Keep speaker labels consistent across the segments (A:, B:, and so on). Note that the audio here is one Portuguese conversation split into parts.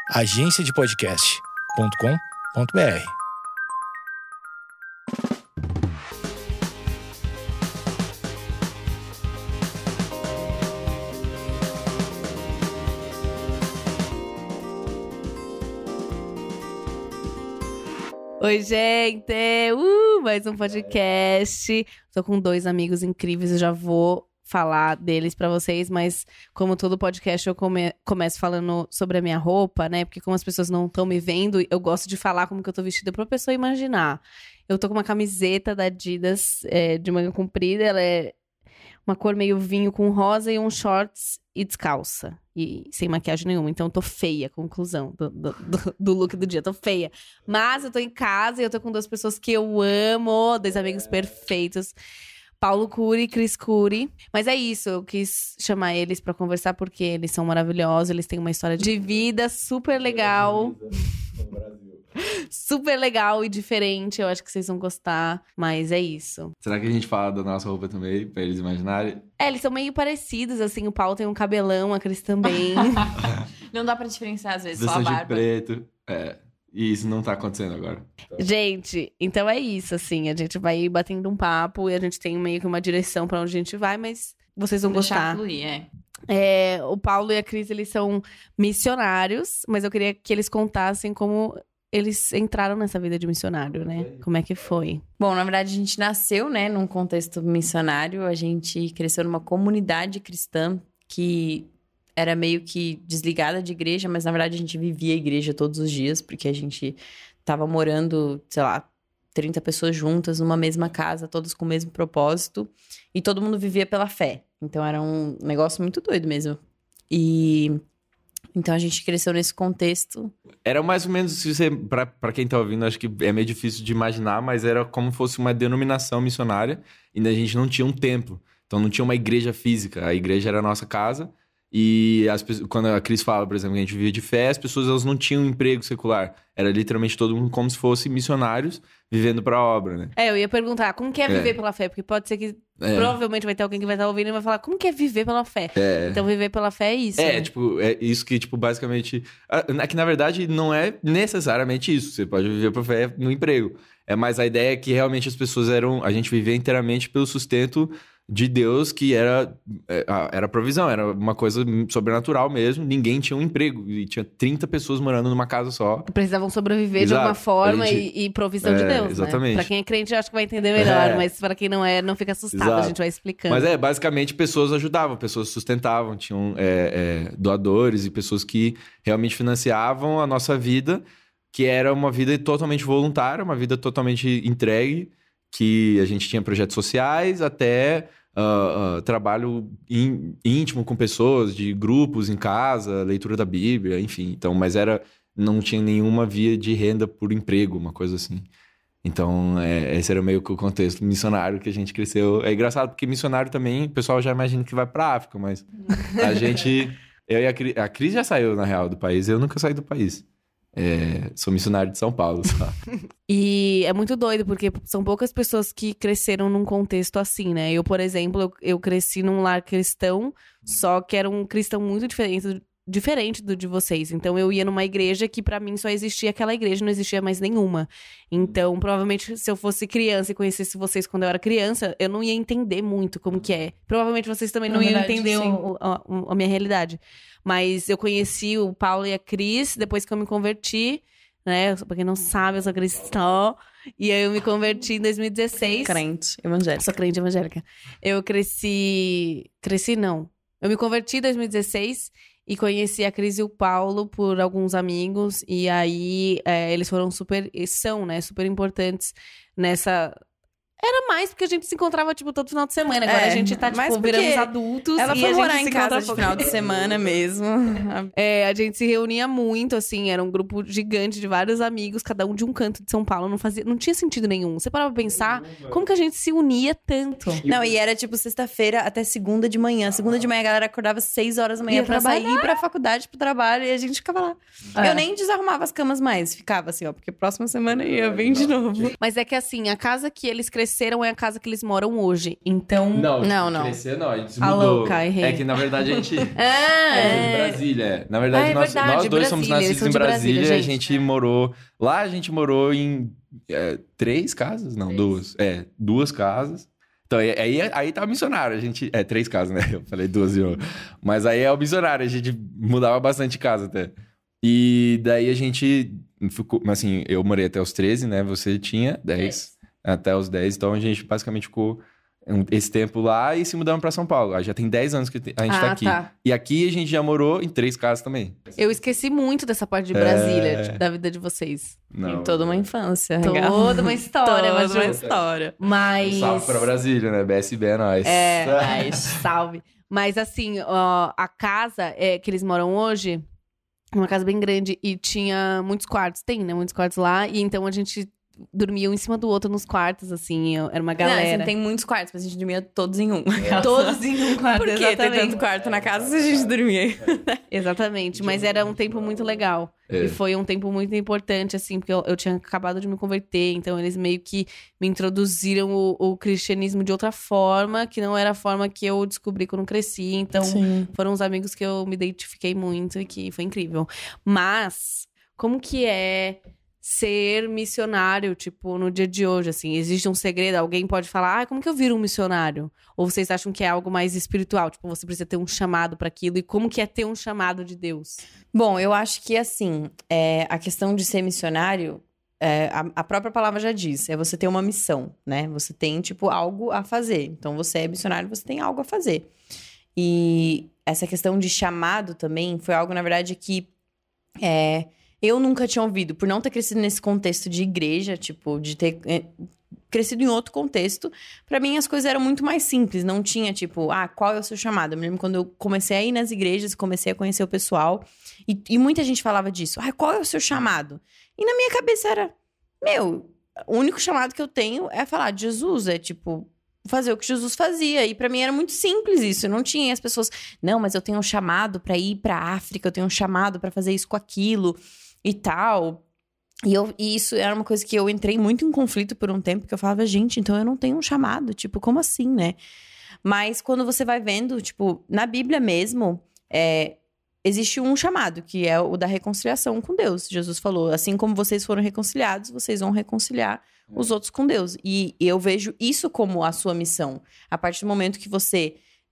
A: agenciadepodcast.com.br.
B: Oi, gente! Mais um podcast. Tô com dois amigos incríveis, eu já vou falar deles pra vocês, mas como todo podcast eu começo falando sobre a minha roupa, né? Porque como as pessoas não estão me vendo, eu gosto de falar como que eu tô vestida pra pessoa imaginar. Eu tô com uma camiseta da Adidas de manga comprida, ela é uma cor meio vinho com rosa e um shorts e descalça. E sem maquiagem nenhuma. Então, eu tô feia, conclusão do look do dia. Tô feia. Mas eu tô em casa e eu tô com duas pessoas que eu amo. Dois amigos perfeitos. Paulo Cury e Cris Cury. Mas é isso, eu quis chamar eles pra conversar porque eles são maravilhosos. Eles têm uma história de vida super legal. Super legal e diferente, eu acho que vocês vão gostar, mas é isso.
C: Será que a gente fala da nossa roupa também, pra eles imaginarem?
B: Eles são meio parecidos, assim, o Paulo tem um cabelão, a Cris também.
D: Não dá pra diferenciar, às vezes, só a
C: Bastante
D: barba.
C: preto, e isso não tá acontecendo agora.
B: Gente, então é isso, assim, a gente vai batendo um papo e a gente tem meio que uma direção pra onde a gente vai, mas vocês vão
D: Deixar
B: gostar.
D: fluir,
B: O Paulo e a Cris, eles são missionários, mas eu queria que eles contassem como eles entraram nessa vida de missionário, né? Como é que foi?
D: Bom, na verdade, a gente nasceu, né, num contexto missionário. A gente cresceu numa comunidade cristã que era meio que desligada de igreja, mas na verdade a gente vivia a igreja todos os dias, porque a gente tava morando, sei lá, 30 pessoas juntas numa mesma casa, todas com o mesmo propósito, e todo mundo vivia pela fé. Então era um negócio muito doido mesmo. Então a gente cresceu nesse contexto.
C: Era mais ou menos, se você, pra quem tá ouvindo, acho que é meio difícil de imaginar, mas era como se fosse uma denominação missionária, e a gente não tinha um templo. Então não tinha uma igreja física, a igreja era a nossa casa. E quando a Cris fala, por exemplo, que a gente vivia de fé, as pessoas elas não tinham um emprego secular. Era literalmente todo mundo como se fosse missionários vivendo pra obra, né?
B: Eu ia perguntar, como que é viver pela fé? Porque pode ser que provavelmente vai ter alguém que vai estar ouvindo e vai falar, como que é viver pela fé? Então viver pela fé é isso, né?
C: É isso que, basicamente... É que, na verdade, não é necessariamente isso. Você pode viver pela fé no emprego. Mas a ideia é que realmente as pessoas a gente vivia inteiramente pelo sustento de Deus, que era provisão, era uma coisa sobrenatural mesmo. Ninguém tinha um emprego e tinha 30 pessoas morando numa casa só.
B: Precisavam sobreviver de alguma forma e provisão de Deus,
C: exatamente.
B: Né? Pra quem é crente, eu acho que vai entender melhor, mas pra quem não é, não fica assustado, a gente vai explicando.
C: Mas basicamente pessoas ajudavam, pessoas sustentavam, tinham doadores e pessoas que realmente financiavam a nossa vida, que era uma vida totalmente voluntária, uma vida totalmente entregue, que a gente tinha projetos sociais até trabalho íntimo com pessoas, de grupos em casa, leitura da Bíblia, enfim. Então, mas não tinha nenhuma via de renda por emprego, uma coisa assim. Então, esse era meio que o contexto missionário que a gente cresceu. É engraçado porque missionário também, o pessoal já imagina que vai pra África, mas a gente... Eu e a Cris já saiu, na real, do país, eu nunca saí do país. Sou missionário de São Paulo, só.
B: E é muito doido, porque são poucas pessoas que cresceram num contexto assim, né? Eu, por exemplo, eu cresci num lar cristão, só que era um cristão muito diferente do de vocês. Então, eu ia numa igreja que pra mim só existia aquela igreja, não existia mais nenhuma. Então, provavelmente, se eu fosse criança e conhecesse vocês quando eu era criança, eu não ia entender muito como que é. Provavelmente, vocês também não iam entender a minha realidade. Mas eu conheci o Paulo e a Cris depois que eu me converti, né? Pra quem não sabe, eu sou cristã. E aí eu me converti em 2016.
D: Crente evangélica.
B: Sou crente evangélica. Eu Eu me converti em 2016 e conheci a Cris e o Paulo por alguns amigos. E aí eles foram super importantes nessa... Era mais porque a gente se encontrava, todo final de semana. Agora a gente tá, viramos adultos.
D: Ela
B: e
D: foi
B: a
D: morar
B: gente
D: em casa de final de semana mesmo.
B: A gente se reunia muito, assim. Era um grupo gigante de vários amigos, cada um de um canto de São Paulo. Não tinha sentido nenhum. Você parava pra pensar como que a gente se unia tanto.
D: Não, e era sexta-feira até segunda de manhã. Segunda de manhã a galera acordava 6 horas da manhã pra sair pra faculdade, pro trabalho. E a gente ficava lá. Eu nem desarrumava as camas mais. Ficava assim, ó. Porque próxima semana ia bem de novo.
B: Mas é que assim, a casa que eles cresceram cresceram é a casa que eles moram hoje. Então...
D: Não.
C: Crescer não, a gente se
B: Ah,
C: mudou.
B: louca, errei.
C: É que, na verdade, a gente... É
B: É.
C: de Brasília. Na verdade,
B: Ah, é
C: nós
B: verdade,
C: dois somos
B: Brasília, eles
C: nascidos
B: são
C: em
B: de Brasília,
C: Brasília. A
B: gente.
C: gente morou... Lá a gente morou em 3 casas? Não, 2. 2 casas. Então, aí tá o missionário. A gente... 3 casas, né? Eu falei 2 de novo. Mas aí é o missionário. A gente mudava bastante de casa até. E daí a gente ficou... Assim, eu morei até os 13, né? Você tinha 10. Até os 10. Então, a gente basicamente ficou... esse tempo lá e se mudamos pra São Paulo. Aí já tem 10 anos que a gente tá aqui.
B: Tá.
C: E aqui a gente já morou em 3 casas também.
B: Eu esqueci muito dessa parte de Brasília, tipo, da vida de vocês.
C: Não.
D: Em toda uma infância.
B: Toda uma história,
D: Toda
B: mas
D: uma história.
B: Mas...
C: Um salve pra Brasília, né? BSB é nóis.
B: Ai, salve. Mas assim, ó, a casa que eles moram hoje, uma casa bem grande e tinha muitos quartos. Tem, né? Muitos quartos lá. E então a gente dormia um em cima do outro nos quartos, assim. Era uma
D: Não,
B: galera.
D: assim, tem muitos quartos, mas a gente dormia todos em um.
B: Todos em um quarto,
D: Por que ter
B: exatamente.
D: tanto quarto na casa se a gente dormia?
B: Exatamente, mas era um tempo muito legal. E foi um tempo muito importante, assim, porque eu tinha acabado de me converter, então eles meio que me introduziram o cristianismo de outra forma, que não era a forma que eu descobri quando cresci. Então, foram uns amigos que eu me identifiquei muito e que foi incrível. Mas, como que é ser missionário, tipo, no dia de hoje, assim? Existe um segredo? Alguém pode falar, como que eu viro um missionário? Ou vocês acham que é algo mais espiritual? Tipo, você precisa ter um chamado para aquilo. E como que é ter um chamado de Deus?
D: Bom, eu acho que, assim, a questão de ser missionário, a própria palavra já diz, é você ter uma missão, né? Você tem, tipo, algo a fazer. Então, você é missionário, você tem algo a fazer. E essa questão de chamado também foi algo, na verdade, que eu nunca tinha ouvido, por não ter crescido nesse contexto de igreja, tipo, de ter crescido em outro contexto. Pra mim, as coisas eram muito mais simples. Não tinha, tipo, qual é o seu chamado? Eu me lembro quando eu comecei a ir nas igrejas, comecei a conhecer o pessoal. E muita gente falava disso. Qual é o seu chamado? E na minha cabeça era, o único chamado que eu tenho é falar de Jesus. É, tipo, fazer o que Jesus fazia. E pra mim era muito simples isso. Eu não tinha as pessoas, não, mas eu tenho um chamado pra ir pra África, eu tenho um chamado pra fazer isso com aquilo e tal. E isso era uma coisa que eu entrei muito em conflito por um tempo, porque eu falava, gente, então eu não tenho um chamado. Tipo, como assim, né? Mas quando você vai vendo, tipo, na Bíblia mesmo, existe um chamado, que é o da reconciliação com Deus. Jesus falou, assim como vocês foram reconciliados, vocês vão reconciliar os outros com Deus. E eu vejo isso como a sua missão. A partir do momento que você,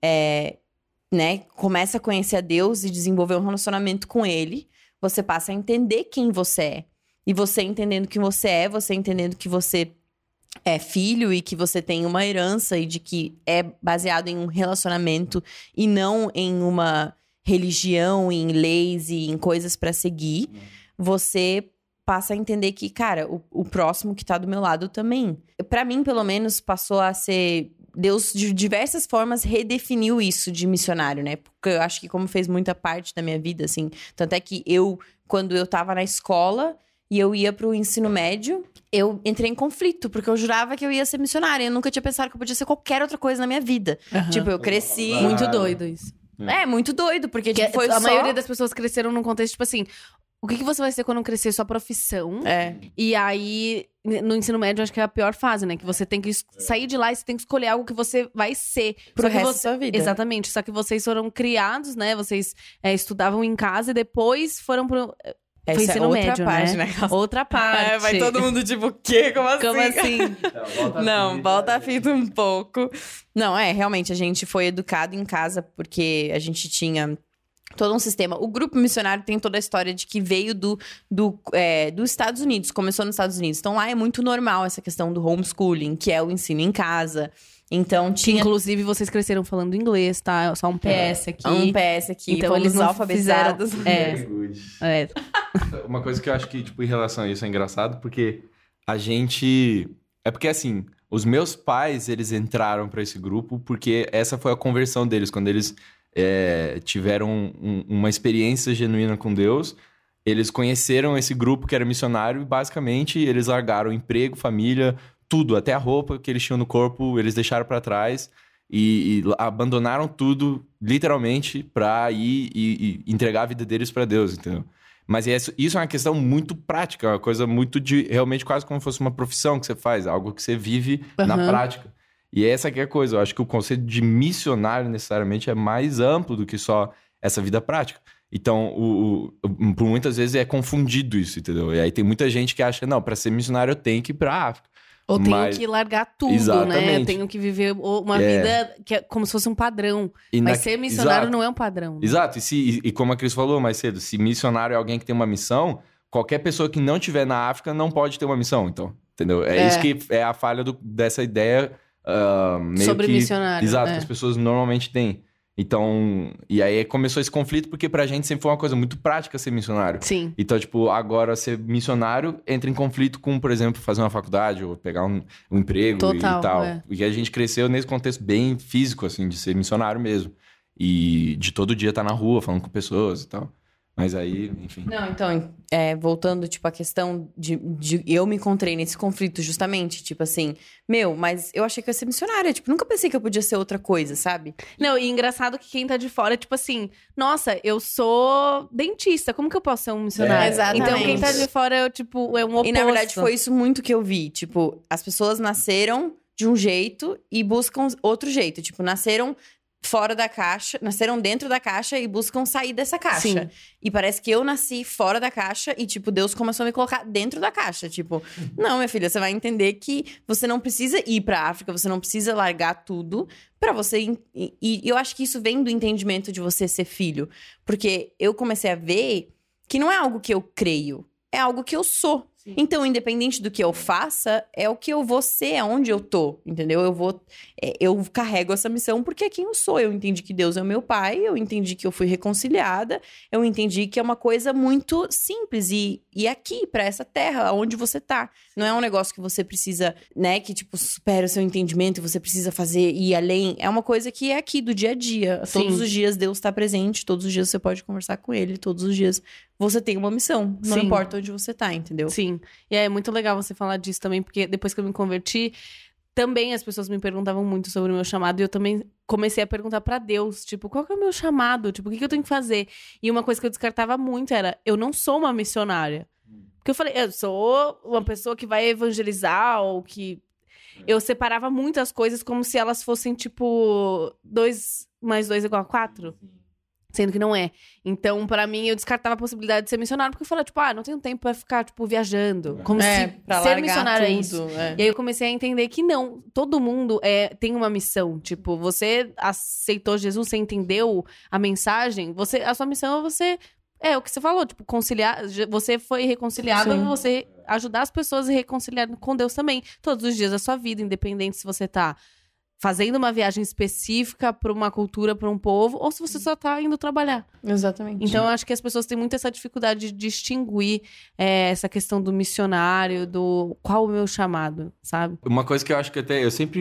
D: começa a conhecer a Deus e desenvolver um relacionamento com Ele, você passa a entender quem você é. E você entendendo quem você é, você entendendo que você é filho e que você tem uma herança e de que é baseado em um relacionamento e não em uma religião, em leis e em coisas pra seguir, você passa a entender que, cara, o próximo que tá do meu lado também. Pra mim, pelo menos, passou a ser... Deus, de diversas formas, redefiniu isso de missionário, né? Porque eu acho que como fez muita parte da minha vida, assim... Tanto é que quando eu tava na escola e eu ia pro ensino médio, eu entrei em conflito, porque eu jurava que eu ia ser missionária. Eu nunca tinha pensado que eu podia ser qualquer outra coisa na minha vida.
B: Uhum.
D: Tipo, eu cresci...
B: Muito doido isso.
D: Muito doido, porque tipo, foi
B: a maioria das pessoas cresceram num contexto, tipo assim... O que você vai ser quando crescer? Sua profissão. E aí, no ensino médio, acho que é a pior fase, né? Que você tem que sair de lá e você tem que escolher algo que você vai ser.
D: Pro resto da sua vida.
B: Exatamente. Só que vocês foram criados, né? Vocês estudavam em casa e depois foram pro... Foi ensino médio,
D: parte,
B: né?
D: né?
B: Outra parte.
D: Vai todo mundo tipo, o quê? Como assim?
B: Como assim?
D: Não, volta a fita um pouco. Não, realmente, a gente foi educado em casa porque a gente tinha... todo um sistema. O grupo missionário tem toda a história de que veio dos Estados Unidos, começou nos Estados Unidos. Então lá é muito normal essa questão do homeschooling, que é o ensino em casa. Então tinha...
B: Inclusive, vocês cresceram falando inglês, tá? Só um PS aqui.
D: Um PS aqui.
B: Então
D: fomos
B: eles não
D: alfabetizados.
C: Uma coisa que eu acho que, tipo, em relação a isso é engraçado, porque a gente... É porque, assim, os meus pais, eles entraram pra esse grupo porque essa foi a conversão deles. Quando eles tiveram uma experiência genuína com Deus, eles conheceram esse grupo que era missionário e, basicamente, eles largaram emprego, família, tudo, até a roupa que eles tinham no corpo, eles deixaram pra trás e abandonaram tudo, literalmente, pra ir e entregar a vida deles pra Deus, entendeu? Mas isso é uma questão muito prática, uma coisa muito de realmente quase como se fosse uma profissão que você faz, algo que você vive na prática. E essa que é a coisa, eu acho que o conceito de missionário necessariamente é mais amplo do que só essa vida prática. Então, por muitas vezes é confundido isso, entendeu? E aí tem muita gente que acha, não, para ser missionário eu tenho que ir pra África.
B: Ou tenho que largar tudo, né?
C: Exatamente.
B: Eu tenho que viver uma vida que é como se fosse um padrão. Mas ser missionário não é um padrão. Né?
C: Exato. E como a Cris falou mais cedo, se missionário é alguém que tem uma missão, qualquer pessoa que não estiver na África não pode ter uma missão, então. Entendeu? É isso que é a falha dessa ideia meio
B: sobre
C: que...
B: missionário.
C: Exato, que as pessoas normalmente têm. Então, e aí começou esse conflito porque pra gente sempre foi uma coisa muito prática ser missionário.
B: Sim.
C: Então, tipo, agora ser missionário entra em conflito com, por exemplo, fazer uma faculdade ou pegar um emprego
B: Total,
C: e tal. E a gente cresceu nesse contexto bem físico, assim, de ser missionário mesmo. E de todo dia estar na rua falando com pessoas e tal. Mas aí, enfim.
D: Não, então, voltando, tipo, a questão de eu me encontrei nesse conflito justamente, tipo assim, mas eu achei que eu ia ser missionária, tipo, nunca pensei que eu podia ser outra coisa, sabe?
B: Não, e engraçado que quem tá de fora é tipo assim, nossa, eu sou dentista, como que eu posso ser um missionário?
D: Exatamente.
B: Então quem tá de fora é, tipo, é um oposto.
D: E na verdade foi isso muito que eu vi, tipo, as pessoas nasceram de um jeito e buscam outro jeito, tipo, nasceram fora da caixa, nasceram dentro da caixa e buscam sair dessa caixa.
B: Sim.
D: E parece que eu nasci fora da caixa e, tipo, Deus começou a me colocar dentro da caixa. Tipo, não, minha filha, você vai entender que você não precisa ir pra África, você não precisa largar tudo pra você... E eu acho que isso vem do entendimento de você ser filho. Porque eu comecei a ver que não é algo que eu creio, é algo que eu sou. Sim. Então, independente do que eu faça, é o que eu vou ser, é onde eu tô, entendeu? Eu carrego essa missão porque é quem eu sou. Eu entendi que Deus é o meu pai, eu entendi que eu fui reconciliada, eu entendi que é uma coisa muito simples e aqui, pra essa terra, onde você tá. Não é um negócio que você precisa, né, que tipo, supera o seu entendimento e você precisa fazer e ir além. É uma coisa que é aqui, do dia a dia. Sim. Todos os dias Deus tá presente, todos os dias você pode conversar com Ele, todos os dias você tem uma missão. Não
B: Sim.
D: importa onde você tá, entendeu?
B: Sim. E é muito legal você falar disso também, porque depois que eu me converti, também as pessoas me perguntavam muito sobre o meu chamado. E eu também comecei a perguntar pra Deus, tipo, qual que é o meu chamado? Tipo, o que eu tenho que fazer? E uma coisa que eu descartava muito era, eu não sou uma missionária. Porque eu falei, eu sou uma pessoa que vai evangelizar, ou que... Eu separava muitas coisas como se elas fossem, tipo, 2 mais 2 igual a 4. Sendo que não é. Então, pra mim, eu descartava a possibilidade de ser missionário, porque eu falava, tipo, não tenho tempo pra ficar, tipo, viajando. Como se
D: pra
B: ser missionário
D: tudo,
B: é isso. E aí eu comecei a entender que não, todo mundo tem uma missão. Tipo, você aceitou Jesus, você entendeu a mensagem, a sua missão é você... É o que você falou, tipo, conciliar. Você foi reconciliado,
D: Sim.
B: você ajudar as pessoas a reconciliar com Deus também. Todos os dias da sua vida, independente se você tá fazendo uma viagem específica para uma cultura, para um povo, ou se você só tá indo trabalhar.
D: Exatamente.
B: Então, eu acho que as pessoas têm muito essa dificuldade de distinguir essa questão do missionário, do qual o meu chamado, sabe?
C: Uma coisa que eu acho que até...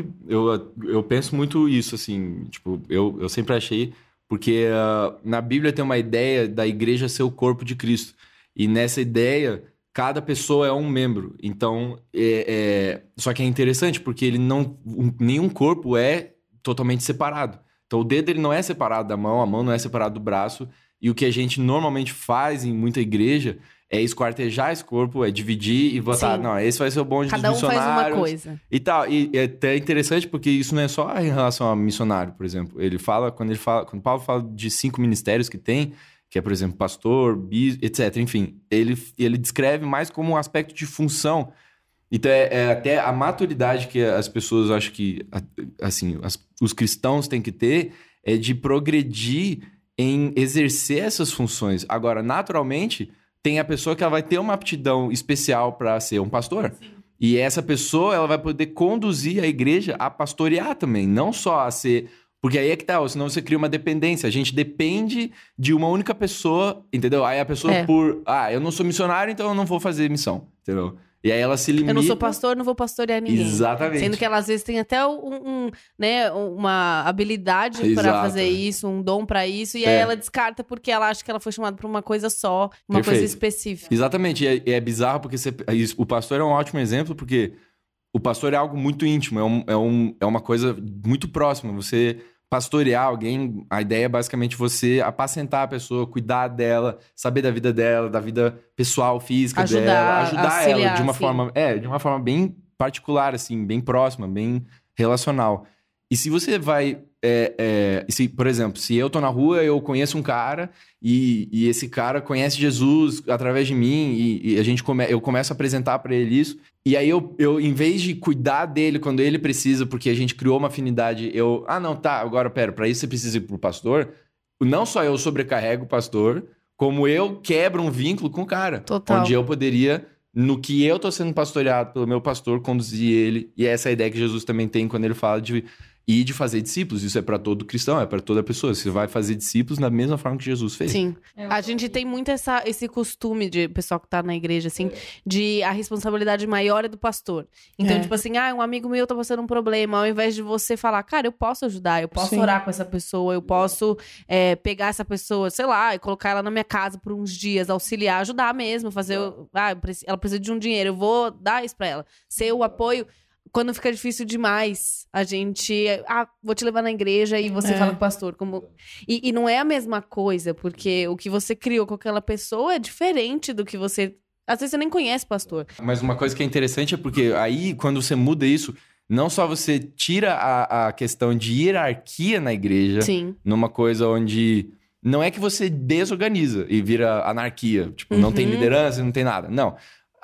C: Eu penso muito isso, assim, tipo, eu sempre achei... Porque na Bíblia tem uma ideia da igreja ser o corpo de Cristo. E nessa ideia, cada pessoa é um membro. Então, só que é interessante, porque nenhum corpo é totalmente separado. Então, o dedo ele não é separado da mão, a mão não é separada do braço. E o que a gente normalmente faz em muita igreja é esquartejar esse corpo, é dividir e botar... Sim. Não, esse vai ser o bonde dos missionários.
B: Cada um faz uma coisa.
C: E tal. E é até interessante porque isso não é só em relação a missionário, por exemplo. Quando Paulo fala de 5 ministérios que tem, que é, por exemplo, pastor, bispo, etc. Enfim, ele descreve mais como um aspecto de função. Então, até a maturidade que as pessoas, acho que, assim, os cristãos têm que ter é de progredir em exercer essas funções. Agora, naturalmente, tem a pessoa que ela vai ter uma aptidão especial para ser um pastor. Sim. E essa pessoa, ela vai poder conduzir a igreja a pastorear também, não só a ser... Porque aí é que tá, senão você cria uma dependência. A gente depende de uma única pessoa, entendeu? Aí a pessoa eu não sou missionário, então eu não vou fazer missão, entendeu? E aí ela se limita...
B: Eu não sou pastor, não vou pastorear ninguém.
C: Exatamente.
B: Sendo que ela às vezes tem até uma habilidade para fazer isso, um dom para isso. E aí ela descarta porque ela acha que ela foi chamada para uma coisa só, uma coisa específica.
C: Exatamente. E é bizarro porque o pastor é um ótimo exemplo, porque o pastor é algo muito íntimo, é uma coisa muito próxima. Você pastorear alguém, a ideia é basicamente você apacentar a pessoa, cuidar dela, saber da vida pessoal, física dela, ajudar ela de uma forma bem particular, assim, bem próxima, bem relacional. E se você vai... por exemplo, se eu tô na rua, eu conheço um cara e esse cara conhece Jesus através de mim e eu começo a apresentar pra ele isso. E aí eu, em vez de cuidar dele quando ele precisa, porque a gente criou uma afinidade, agora pra isso você precisa ir pro pastor. Não só eu sobrecarrego o pastor, como eu quebro um vínculo com o cara.
B: Total.
C: Onde eu poderia, no que eu tô sendo pastoreado pelo meu pastor, conduzir ele. E essa é a ideia que Jesus também tem quando ele fala de fazer discípulos. Isso é pra todo cristão, é pra toda pessoa. Você vai fazer discípulos da mesma forma que Jesus fez.
B: Sim. A gente tem muito esse costume de pessoal que tá na igreja, assim, de a responsabilidade maior é do pastor. Então, tipo assim, um amigo meu tá passando um problema, ao invés de você falar, cara, eu posso ajudar, eu posso orar com essa pessoa, eu posso pegar essa pessoa, sei lá, e colocar ela na minha casa por uns dias, auxiliar, ajudar mesmo, fazer... ela precisa de um dinheiro, eu vou dar isso pra ela. Ser o apoio... Quando fica difícil demais, a gente... vou te levar na igreja e você fala com o pastor. E não é a mesma coisa, porque o que você criou com aquela pessoa é diferente do que você... Às vezes você nem conhece o pastor.
C: Mas uma coisa que é interessante é porque aí, quando você muda isso, não só você tira a questão de hierarquia na igreja, numa coisa onde... Não é que você desorganiza e vira anarquia. Tipo, não tem liderança, não tem nada. Não.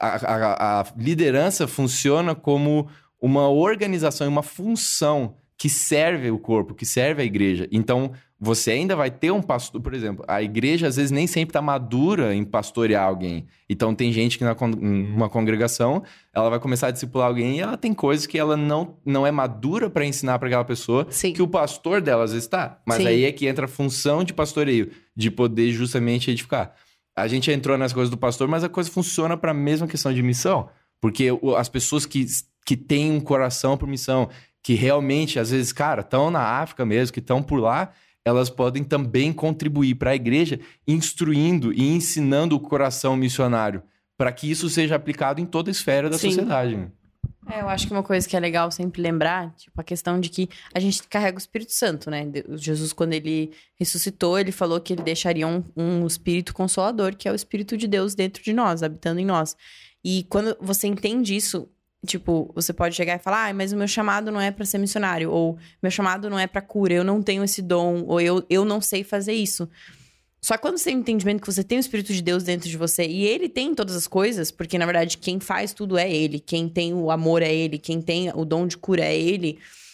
C: A liderança funciona como... uma organização e uma função que serve o corpo, que serve a igreja. Então, você ainda vai ter um pastor... Por exemplo, a igreja, às vezes, nem sempre está madura em pastorear alguém. Então, tem gente que numa congregação, ela vai começar a discipular alguém e ela tem coisas que ela não é madura para ensinar para aquela pessoa, que o pastor dela, às vezes, está. Mas aí é que entra a função de pastoreio, de poder justamente edificar. A gente entrou nas coisas do pastor, mas a coisa funciona para a mesma questão de missão. Porque as pessoas que têm um coração por missão, que realmente, às vezes, cara, estão na África mesmo, que estão por lá, elas podem também contribuir para a igreja, instruindo e ensinando o coração missionário, para que isso seja aplicado em toda a esfera da sociedade. Né?
D: Eu acho que uma coisa que é legal sempre lembrar, tipo, a questão de que a gente carrega o Espírito Santo, né? Jesus, quando ele ressuscitou, ele falou que ele deixaria um Espírito Consolador, que é o Espírito de Deus dentro de nós, habitando em nós. E quando você entende isso, tipo, você pode chegar e falar, mas o meu chamado não é pra ser missionário, ou meu chamado não é pra cura, eu não tenho esse dom, ou eu não sei fazer isso. Só que quando você tem o entendimento que você tem o Espírito de Deus dentro de você, e ele tem todas as coisas, porque na verdade quem faz tudo é ele, quem tem o amor é ele, quem tem o dom de cura é ele,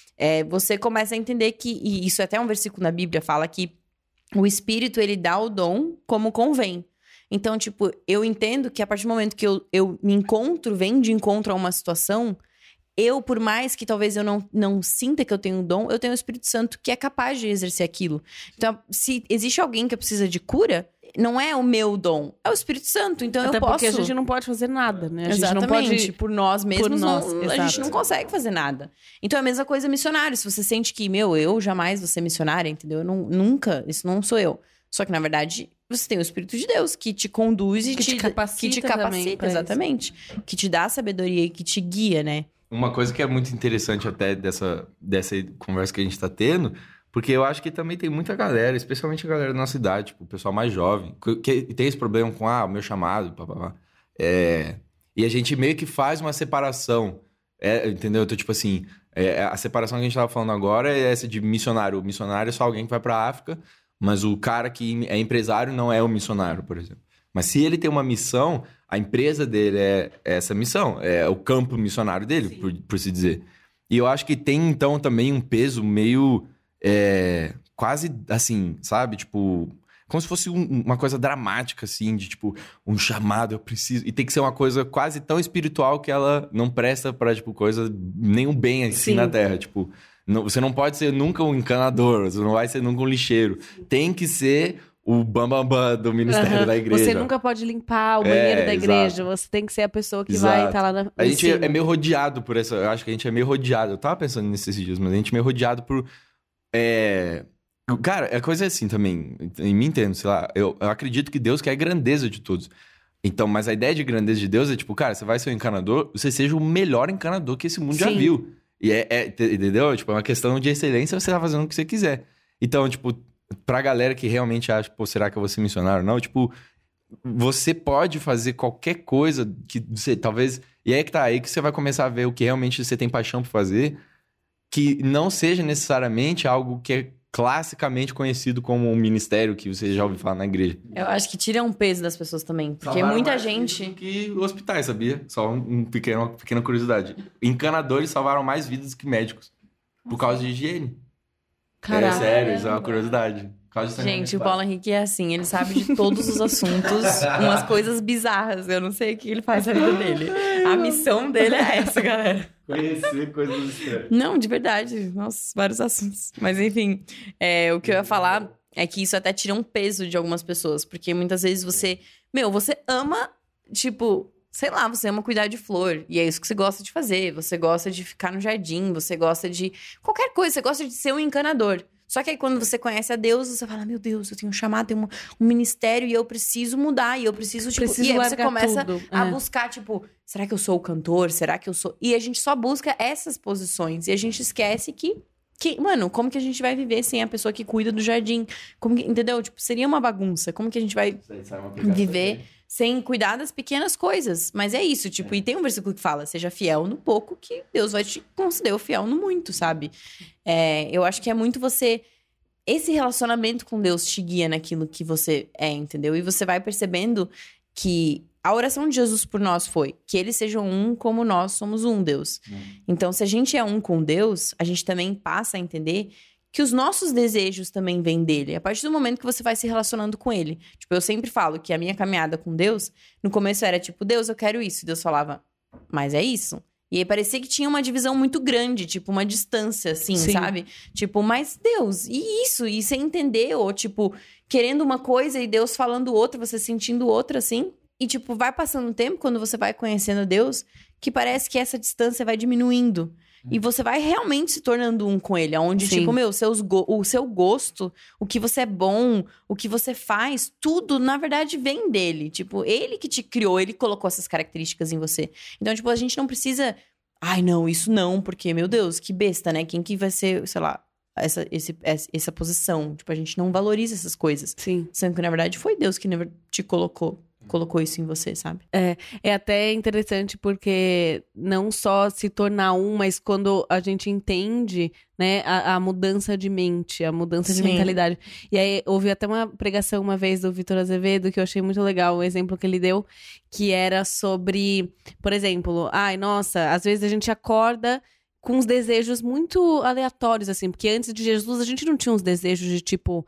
D: você começa a entender que, e isso é até um versículo na Bíblia, fala que o Espírito, ele dá o dom como convém. Então, tipo, eu entendo que a partir do momento que eu me encontro, venho de encontro a uma situação, por mais que talvez eu não sinta que eu tenho um dom, eu tenho o Espírito Santo que é capaz de exercer aquilo. Então, se existe alguém que precisa de cura, não é o meu dom, é o Espírito Santo. Então
B: até
D: eu posso...
B: porque a gente não pode fazer nada, né? A gente
D: Exatamente.
B: Não pode...
D: Por nós mesmos, a gente não
B: exato.
D: consegue fazer nada. Então é a mesma coisa missionário. Se você sente que, eu jamais vou ser missionária, entendeu? Nunca, isso não sou eu. Só que, na verdade, você tem o Espírito de Deus que te conduz e
B: que te capacita também,
D: exatamente. Que te dá sabedoria e que te guia, né?
C: Uma coisa que é muito interessante até dessa conversa que a gente tá tendo, porque eu acho que também tem muita galera, especialmente a galera da nossa idade, tipo, o pessoal mais jovem, que tem esse problema com, o meu chamado, papapá. E a gente meio que faz uma separação, entendeu? Então, tipo assim, a separação que a gente tava falando agora é essa de missionário. O missionário é só alguém que vai pra África, mas o cara que é empresário não é o missionário, por exemplo. Mas se ele tem uma missão, a empresa dele é essa missão, é o campo missionário dele, por se dizer. E eu acho que tem, então, também um peso meio... quase assim, sabe? Tipo, como se fosse uma coisa dramática, assim, de tipo, um chamado, eu preciso... E tem que ser uma coisa quase tão espiritual que ela não presta pra, tipo, coisa... Nenhum bem assim na Terra, tipo... Você não pode ser nunca um encanador, você não vai ser nunca um lixeiro. Tem que ser o bambambam do ministério da igreja.
B: Você nunca pode limpar o banheiro da igreja, você tem que ser a pessoa que vai estar lá na
C: A gente é meio rodeado por essa... Eu acho que a gente é meio rodeado. Eu tava pensando nesses dias, mas a gente é meio rodeado por... Cara, a coisa é assim também, me entendo, sei lá, eu acredito que Deus quer a grandeza de todos. Então, mas a ideia de grandeza de Deus é tipo, cara, você vai ser um encanador, você seja o melhor encanador que esse mundo já viu. E entendeu? Tipo, é uma questão de excelência, você tá fazendo o que você quiser. Então, tipo, pra galera que realmente acha, pô, será que eu vou ser missionário ou não? Tipo, você pode fazer qualquer coisa que você talvez... E aí que tá, aí que você vai começar a ver o que realmente você tem paixão por fazer, que não seja necessariamente algo que é classicamente conhecido como um ministério que você já ouviu falar na igreja.
D: Eu acho que tira um peso das pessoas também. Porque
C: Salvaram
D: muita
C: mais
D: gente...
C: vidas do que hospitais, sabia? Só uma pequena curiosidade. Encanadores salvaram mais vidas que médicos. Por causa de higiene.
B: Caralho.
C: É sério, isso é uma curiosidade. Por causa de
D: Gente, o
C: saneamento
D: Paulo Henrique é assim, ele sabe de todos os assuntos, umas coisas bizarras. Eu não sei o que ele faz na vida dele. A missão dele é essa, galera.
C: Conhecer coisas estranhas.
D: Não, de verdade. Nossa, vários assuntos. Mas enfim, o que eu ia falar é que isso até tira um peso de algumas pessoas. Porque muitas vezes você ama, tipo, sei lá, você ama cuidar de flor. E é isso que você gosta de fazer. Você gosta de ficar no jardim, você gosta de qualquer coisa, você gosta de ser um encanador. Só que aí quando você conhece a Deus, você fala, meu Deus, eu tenho um chamado, tenho um ministério e eu preciso mudar. E eu preciso, tipo...
B: Preciso
D: e aí você
B: largar
D: começa
B: tudo.
D: a buscar, tipo, será que eu sou o cantor? Será que eu sou... E a gente só busca essas posições. E a gente esquece que mano, como que a gente vai viver sem a pessoa que cuida do jardim? Entendeu? Tipo, seria uma bagunça. Como que a gente vai viver sem cuidar das pequenas coisas? Mas é isso, tipo, e tem um versículo que fala, seja fiel no pouco que Deus vai te conceder o fiel no muito, sabe? Eu acho que é muito você... Esse relacionamento com Deus te guia naquilo que você é, entendeu? E você vai percebendo que a oração de Jesus por nós foi que eles sejam um como nós somos um, Deus. Então, se a gente é um com Deus, a gente também passa a entender que os nossos desejos também vêm dele. A partir do momento que você vai se relacionando com ele. Tipo, eu sempre falo que a minha caminhada com Deus, no começo era tipo, Deus, eu quero isso. E Deus falava, mas é isso? E aí parecia que tinha uma divisão muito grande, tipo, uma distância, assim,
B: Sim.
D: sabe? Tipo, mas Deus, e isso? E você entender, ou tipo, querendo uma coisa e Deus falando outra, você sentindo outra, assim. E, tipo, vai passando um tempo, quando você vai conhecendo Deus, que parece que essa distância vai diminuindo. E você vai realmente se tornando um com ele. Onde,
B: Sim.
D: tipo, o seu gosto, o que você é bom, o que você faz, tudo, na verdade, vem dele. Tipo, ele que te criou, ele colocou essas características em você. Então, tipo, a gente não precisa... Ai, não, isso não, porque, meu Deus, que besta, né? Quem que vai ser, sei lá, essa posição? Tipo, a gente não valoriza essas coisas.
B: Sim.
D: Sendo que, na verdade, foi Deus que te colocou isso em você, sabe?
B: É até interessante porque não só se tornar um, mas quando a gente entende, né, a mudança de mente, a mudança de
D: Sim.
B: mentalidade. E aí, houve até uma pregação uma vez do Vitor Azevedo que eu achei muito legal, o exemplo que ele deu, que era sobre, por exemplo, ai, nossa, às vezes a gente acorda com uns desejos muito aleatórios, assim, porque antes de Jesus a gente não tinha uns desejos de, tipo,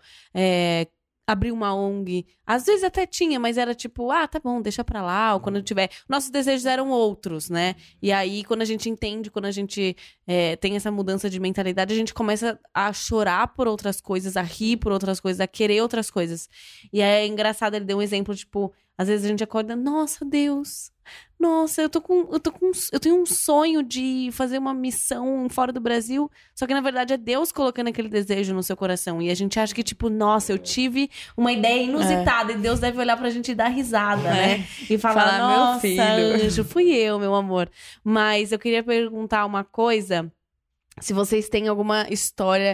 B: abrir uma ONG. Às vezes até tinha, mas era tipo, tá bom, deixa pra lá, ou quando eu tiver... Nossos desejos eram outros, né? E aí, quando a gente entende, quando a gente tem essa mudança de mentalidade, a gente começa a chorar por outras coisas, a rir por outras coisas, a querer outras coisas. E é engraçado, ele deu um exemplo, tipo, às vezes a gente acorda, nossa, Deus... Nossa, eu tenho um sonho de fazer uma missão fora do Brasil, só que na verdade é Deus colocando aquele desejo no seu coração. E a gente acha que, tipo, nossa, eu tive uma ideia inusitada e Deus deve olhar pra gente e dar risada, né? E falar,
D: Meu
B: nossa,
D: filho.
B: anjo, fui eu, meu amor. Mas eu queria perguntar uma coisa, se vocês têm alguma história,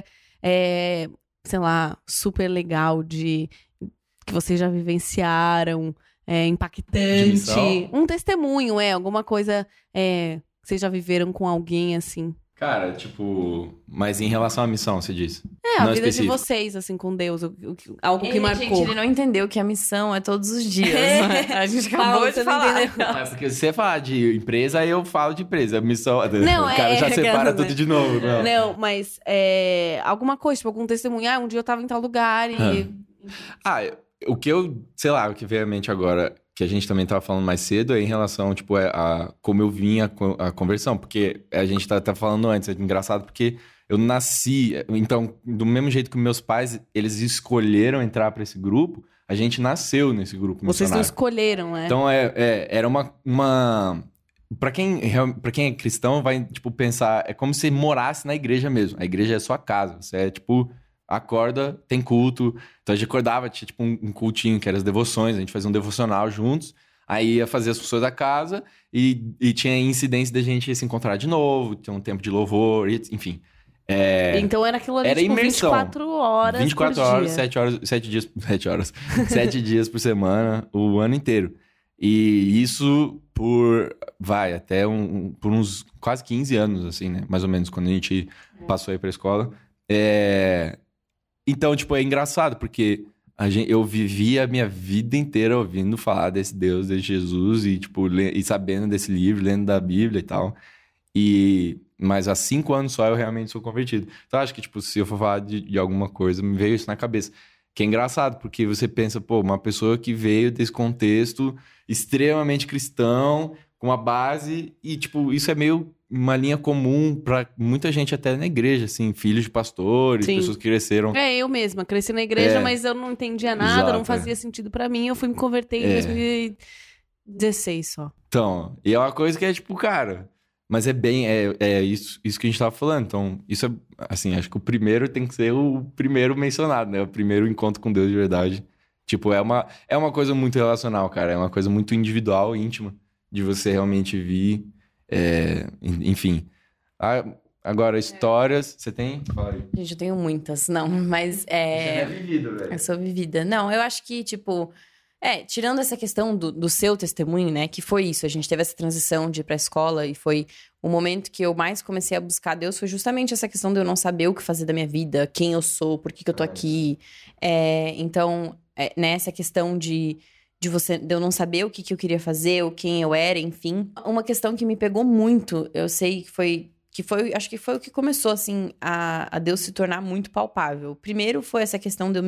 B: sei lá, super legal que vocês já vivenciaram,
C: De
B: impactante.
C: missão?
B: Um testemunho, alguma coisa que vocês já viveram com alguém, assim.
C: Cara, tipo... Mas em relação à missão, você disse?
B: A
C: Não
B: vida
C: específico.
B: de vocês, assim, com Deus. Algo que marcou.
D: Gente, ele não entendeu que a missão é todos os dias. A gente acabou
B: Paulo,
D: de
B: você não
D: falar.
B: entendeu.
C: Não, é porque se você falar de empresa, aí eu falo de empresa. Missão...
B: Não,
C: o cara já separa
B: né?
C: tudo de novo. Não.
B: Não, mas alguma coisa, tipo, algum testemunho. Um dia eu tava em tal lugar e...
C: O que eu... Sei lá, o que veio à mente agora... Que a gente também tava falando mais cedo, é em relação, tipo, a como eu vim a conversão. Porque a gente tá falando antes, é engraçado porque eu nasci... Então, do mesmo jeito que meus pais, eles escolheram entrar pra esse grupo, a gente nasceu nesse grupo
B: Vocês não
C: missionário.
B: escolheram, né?
C: Então, era uma... Pra quem é cristão, vai, tipo, pensar... É como se morasse na igreja mesmo. A igreja é sua casa. Você é, tipo... Acorda, tem culto. Então a gente acordava, tinha tipo um cultinho, que eram as devoções. A gente fazia um devocional juntos. Aí ia fazer as funções da casa. E tinha incidência da gente se encontrar de novo. Tinha um tempo de louvor, enfim.
B: Então era aquilo ali,
C: Era
B: tipo,
C: imersão.
B: 24 horas
C: 24
B: por
C: horas,
B: dia.
C: 7 dias por semana, o ano inteiro. E isso até por uns quase 15 anos, assim, né? Mais ou menos, quando a gente passou aí pra escola. Então, tipo, é engraçado, porque eu vivi a minha vida inteira ouvindo falar desse Deus, desse Jesus, e, tipo, e sabendo desse livro, lendo da Bíblia e tal. Mas há 5 anos só eu realmente sou convertido. Então, acho que, tipo, se eu for falar de alguma coisa, me veio isso na cabeça. Que é engraçado, porque você pensa, pô, uma pessoa que veio desse contexto extremamente cristão, com uma base, e, tipo, isso é meio uma linha comum pra muita gente até na igreja, assim, filhos de pastores,
B: Sim.
C: pessoas que cresceram.
B: Eu mesma, cresci na igreja, mas eu não entendia nada,
C: Exato,
B: não fazia sentido pra mim. Eu fui me converter em 2016 só.
C: Então, e é uma coisa que é, tipo, cara... Mas é isso que a gente tava falando. Então, isso é, assim, acho que o primeiro tem que ser o primeiro mencionado, né? O primeiro encontro com Deus de verdade. Tipo, é uma coisa muito relacional, cara. É uma coisa muito individual, íntima, de você realmente vir. Enfim. Agora, histórias... Você tem? Fala aí.
D: Gente, eu tenho muitas, não, mas
C: Você é vivido, velho.
D: eu sou vivida. Não, eu acho que, tipo... tirando essa questão do seu testemunho, né? Que foi isso, a gente teve essa transição de ir pra escola e foi o momento que eu mais comecei a buscar Deus, foi justamente essa questão de eu não saber o que fazer da minha vida, quem eu sou, por que eu tô aqui. Então, nessa questão de eu não saber o que eu queria fazer, ou quem eu era, enfim. Uma questão que me pegou muito, eu sei que foi, acho que foi o que começou, assim, a Deus se tornar muito palpável. Primeiro foi essa questão de eu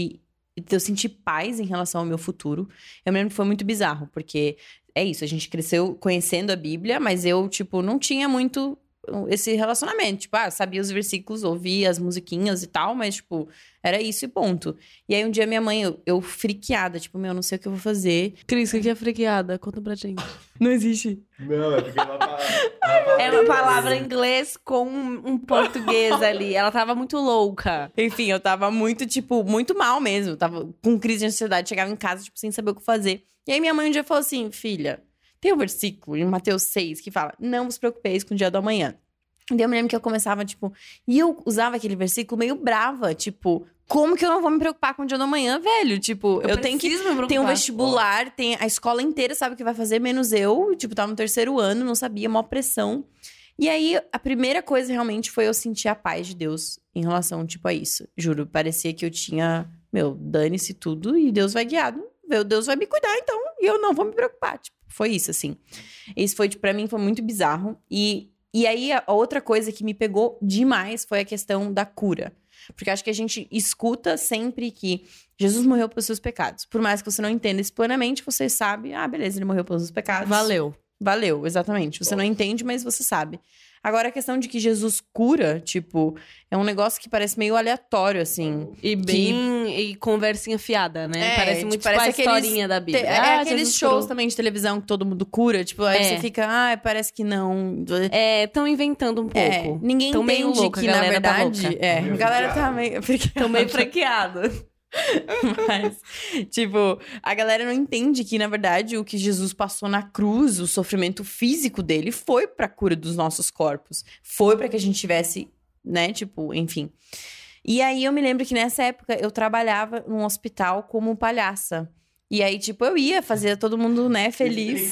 D: sentir paz em relação ao meu futuro. Eu me lembro que foi muito bizarro, porque é isso, a gente cresceu conhecendo a Bíblia, mas eu, tipo, não tinha muito esse relacionamento. Tipo, sabia os versículos, ouvia as musiquinhas e tal, mas, tipo, era isso e ponto. E aí, um dia, minha mãe, eu friqueada, tipo, não sei o que eu vou fazer.
B: Cris, o que é friqueada? Conta pra gente.
D: Não existe.
C: Não, é porque ela
B: É uma palavra em inglês com um português ali. Ela tava muito louca.
D: Enfim, eu tava muito, tipo, muito mal mesmo. Tava com crise de ansiedade, chegava em casa, tipo, sem saber o que fazer. E aí, minha mãe um dia falou assim, filha, tem um versículo em Mateus 6 que fala, não vos preocupeis com o dia do amanhã. E daí eu me lembro que eu começava, tipo... E eu usava aquele versículo meio brava, tipo... Como que eu não vou me preocupar com o dia do amanhã, velho? Tipo, eu tenho que... Tem um vestibular, tem a escola inteira sabe o que vai fazer, menos eu. Tipo, tava no 3º ano, não sabia, maior pressão. E aí, a primeira coisa realmente foi eu sentir a paz de Deus em relação, tipo, a isso. Juro, parecia que eu tinha... dane-se tudo e Deus vai guiar. Deus vai me cuidar, então. E eu não vou me preocupar. Tipo, foi isso, assim. Isso foi, tipo, pra mim, foi muito bizarro. E aí, a outra coisa que me pegou demais foi a questão da cura. Porque acho que a gente escuta sempre que Jesus morreu pelos seus pecados. Por mais que você não entenda isso plenamente, você sabe, beleza, ele morreu pelos seus pecados. Valeu, exatamente. Você não entende, mas você sabe. Agora, a questão de que Jesus cura, tipo, é um negócio que parece meio aleatório, assim.
B: E conversinha fiada, né? Parece muito tipo a historinha da Bíblia.
D: Aqueles shows também de televisão que todo mundo cura. Tipo, aí você fica, parece que não.
B: Estão inventando um pouco.
D: Ninguém
B: tão
D: entende
B: meio louca,
D: que, na verdade...
B: Tá
D: a galera tá meio...
B: Estão meio franqueados.
D: Mas, tipo, a galera não entende que, na verdade, o que Jesus passou na cruz, o sofrimento físico dele, foi pra cura dos nossos corpos. Foi pra que a gente tivesse, né, tipo, enfim. E aí, eu me lembro que nessa época, eu trabalhava num hospital como palhaça. E aí, tipo, eu ia fazer todo mundo, né, feliz.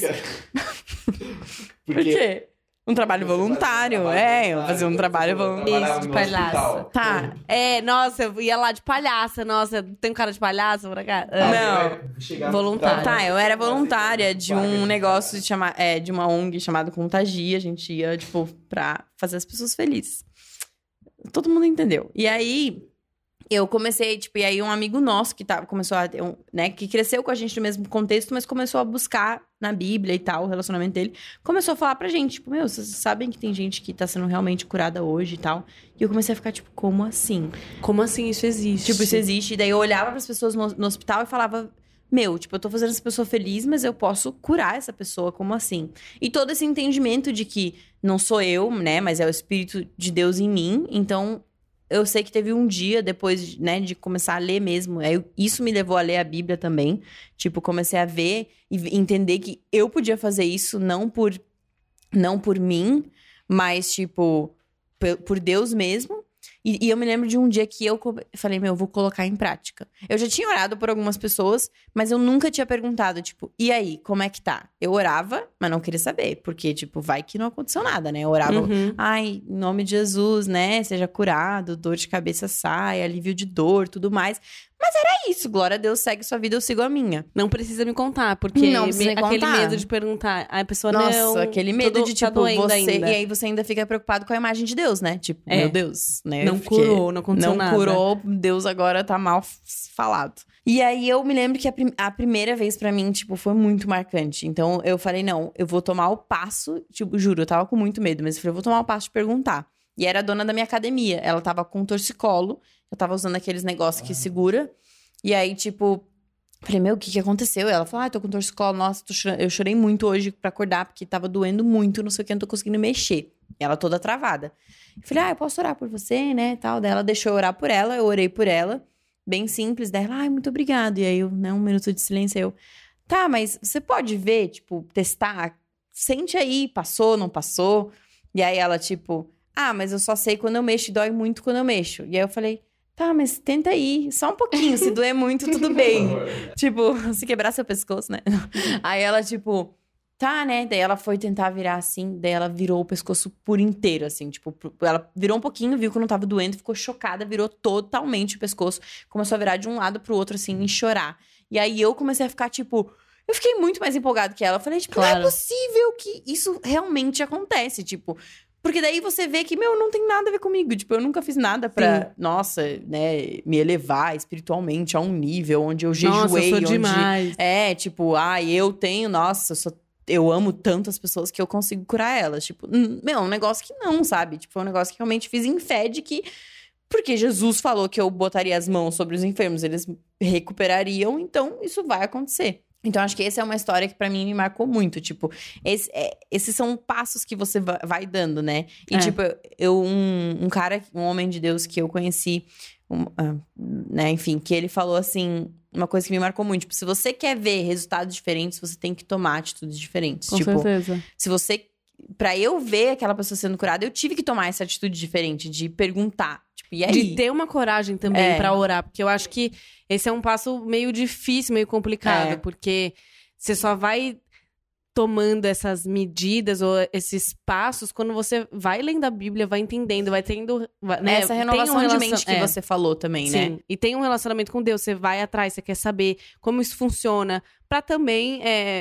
D: Por quê? Um trabalho voluntário, eu fazia um trabalho voluntário.
B: Isso, de palhaça.
D: Tá.
B: Nossa, eu ia lá de palhaça. Nossa, tem um cara de palhaça por cá?
D: Não.
B: Voluntária.
D: Tá, eu era voluntária de um negócio de uma ONG chamado Contagia. A gente ia, tipo, pra fazer as pessoas felizes. Todo mundo entendeu. E aí... Eu comecei, tipo, e aí um amigo nosso que começou a ter, né, que cresceu com a gente no mesmo contexto, mas começou a buscar na Bíblia e tal, o relacionamento dele, começou a falar pra gente, tipo, vocês sabem que tem gente que tá sendo realmente curada hoje e tal. E eu comecei a ficar, tipo, como assim?
B: Como assim isso existe?
D: Tipo, isso existe. E daí eu olhava pras pessoas no hospital e falava, tipo, eu tô fazendo essa pessoa feliz, mas eu posso curar essa pessoa, como assim? E todo esse entendimento de que não sou eu, né, mas é o Espírito de Deus em mim, então... Eu sei que teve um dia, depois, né, de começar a ler mesmo. Isso me levou a ler a Bíblia também. Tipo, comecei a ver e entender que eu podia fazer isso não por mim, mas, tipo, por Deus mesmo. E eu me lembro de um dia que eu falei, eu vou colocar em prática. Eu já tinha orado por algumas pessoas, mas eu nunca tinha perguntado, tipo, e aí, como é que tá? Eu orava, mas não queria saber, porque, tipo, vai que não aconteceu nada, né? Eu orava, ai, em nome de Jesus, né? Seja curado, dor de cabeça sai, alívio de dor, tudo mais. Mas era isso, glória a Deus, segue sua vida, eu sigo a minha.
B: Não precisa me contar, porque
D: Não precisa me
B: aquele
D: contar.
B: medo de perguntar, a pessoa
D: Nossa,
B: não...
D: aquele medo de,
B: tá
D: tipo,
B: doendo
D: você...
B: ainda.
D: E aí você ainda fica preocupado com a imagem de Deus, né? Tipo, meu Deus, né?
B: Não curou, não aconteceu nada.
D: Não curou, Deus agora tá mal falado. E aí eu me lembro que a primeira vez pra mim, tipo, foi muito marcante. Então eu falei, não, eu vou tomar o passo, tipo, juro, eu tava com muito medo, mas eu falei, eu vou tomar o passo de perguntar. E era a dona da minha academia, ela tava com um torcicolo, eu tava usando aqueles negócios que segura. E aí, tipo, falei, o que aconteceu? E ela falou, tô com torcicolo, nossa, eu chorei muito hoje pra acordar, porque tava doendo muito, não sei o que, não tô conseguindo mexer. E ela toda travada. Eu falei, eu posso orar por você, né, tal. Daí ela deixou eu orar por ela, eu orei por ela, bem simples. Daí ela, muito obrigado. E aí, eu, né, 1 minuto de silêncio, eu, tá, mas você pode ver, tipo, testar? Sente aí, passou, não passou? E aí ela, tipo, mas eu só sei quando eu mexo, e dói muito quando eu mexo. E aí eu falei, tá, mas tenta aí, só um pouquinho, se doer muito, tudo bem. Tipo, se quebrar seu pescoço, né? Aí ela, tipo, tá, né? Daí ela foi tentar virar assim, daí ela virou o pescoço por inteiro, assim, tipo, ela virou um pouquinho, viu que não tava doendo, ficou chocada, virou totalmente o pescoço, começou a virar de um lado pro outro, assim, e chorar. E aí eu comecei a ficar, tipo, eu fiquei muito mais empolgada que ela. Eu falei, tipo,
B: Claro.
D: não é possível que isso realmente acontece, tipo... Porque daí você vê que, não tem nada a ver comigo. Tipo, eu nunca fiz nada pra, nossa, né, me elevar espiritualmente a um nível onde eu jejuei.
B: Nossa, eu sou
D: onde...
B: demais.
D: Tipo, eu tenho, nossa, eu amo tanto as pessoas que eu consigo curar elas. Tipo, é um negócio que não, sabe? Tipo, é um negócio que realmente fiz em fé de que... Porque Jesus falou que eu botaria as mãos sobre os enfermos, eles recuperariam, então isso vai acontecer. Então, acho que essa é uma história que pra mim me marcou muito. Tipo, esses são passos que você vai dando, né? E, tipo, um homem de Deus que eu conheci, né? Enfim, que ele falou assim, uma coisa que me marcou muito. Tipo, se você quer ver resultados diferentes, você tem que tomar atitudes diferentes.
B: Com
D: tipo,
B: certeza.
D: se você... Pra eu ver aquela pessoa sendo curada, eu tive que tomar essa atitude diferente, de perguntar. Tipo, e aí?
B: De ter uma coragem também pra orar. Porque eu acho que esse é um passo meio difícil, meio complicado. Porque você só vai tomando essas medidas ou esses passos quando você vai lendo a Bíblia, vai entendendo, vai tendo... Né?
D: Essa renovação de mente que você falou também, né?
B: Sim, e tem um relacionamento com Deus, você vai atrás, você quer saber como isso funciona, pra também,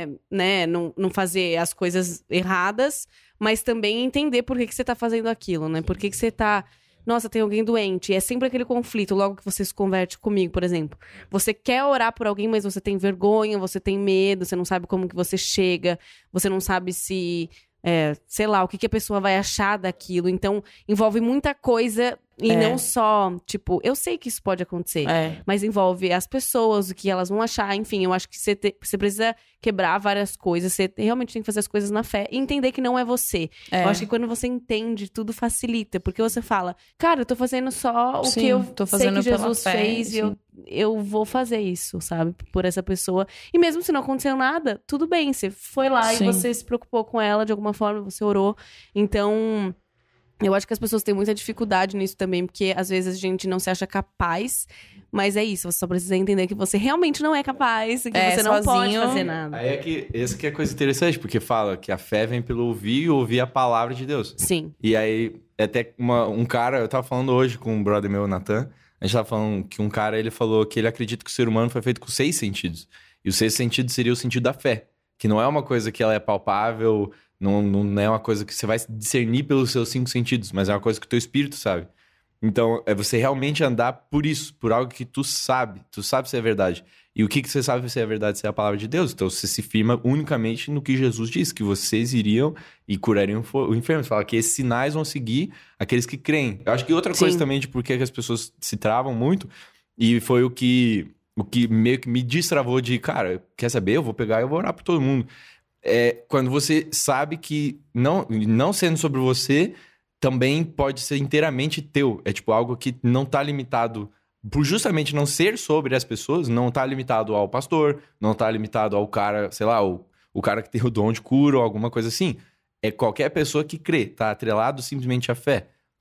B: né, não fazer as coisas erradas, mas também entender por que você tá fazendo aquilo, né? Por que você tá... Nossa, tem alguém doente. E é sempre aquele conflito, logo que você se converte comigo, por exemplo. Você quer orar por alguém, mas você tem vergonha, você tem medo, você não sabe como que você chega, você não sabe se... sei lá, o que a pessoa vai achar daquilo. Então, envolve muita coisa e não só, tipo... Eu sei que isso pode acontecer, mas envolve as pessoas, o que elas vão achar. Enfim, eu acho que você precisa quebrar várias coisas. Você realmente tem que fazer as coisas na fé e entender que não é você. Eu acho que quando você entende, tudo facilita. Porque você fala, cara, eu tô fazendo só o que eu
D: tô fazendo
B: sei que Jesus fez. E eu vou fazer isso, sabe? Por essa pessoa. E mesmo se não aconteceu nada, tudo bem. Você foi lá e você se preocupou com ela de alguma forma, você orou. Então... Eu acho que as pessoas têm muita dificuldade nisso também, porque às vezes a gente não se acha capaz, mas é isso, você só precisa entender que você realmente não é capaz, que você não pode fazer nada.
C: Aí essa que é a coisa interessante, porque fala que a fé vem pelo ouvir e ouvir a palavra de Deus.
B: Sim.
C: E aí, até um cara, eu tava falando hoje com um brother meu, Nathan, a gente tava falando que um cara, ele falou que ele acredita que o ser humano foi feito com 6 sentidos. E o 6º sentido seria o sentido da fé, que não é uma coisa que ela é palpável... Não é uma coisa que você vai discernir pelos seus 5 sentidos, mas é uma coisa que o teu espírito sabe. Então, é você realmente andar por isso, por algo que tu sabe se é verdade. E o que você sabe se é verdade, se é a palavra de Deus. Então, você se firma unicamente no que Jesus disse, que vocês iriam e curariam o enfermo. Você fala que esses sinais vão seguir aqueles que creem. Eu acho que outra coisa também de por que as pessoas se travam muito, e foi o que meio que me destravou de, cara, quer saber? Eu vou pegar e eu vou orar por todo mundo. Quando você sabe que não sendo sobre você, também pode ser inteiramente teu. É tipo algo que não tá limitado, por justamente não ser sobre as pessoas, não tá limitado ao pastor, não tá limitado ao cara, sei lá, o cara que tem o dom de cura ou alguma coisa assim. É qualquer pessoa que crê, tá atrelado simplesmente à fé.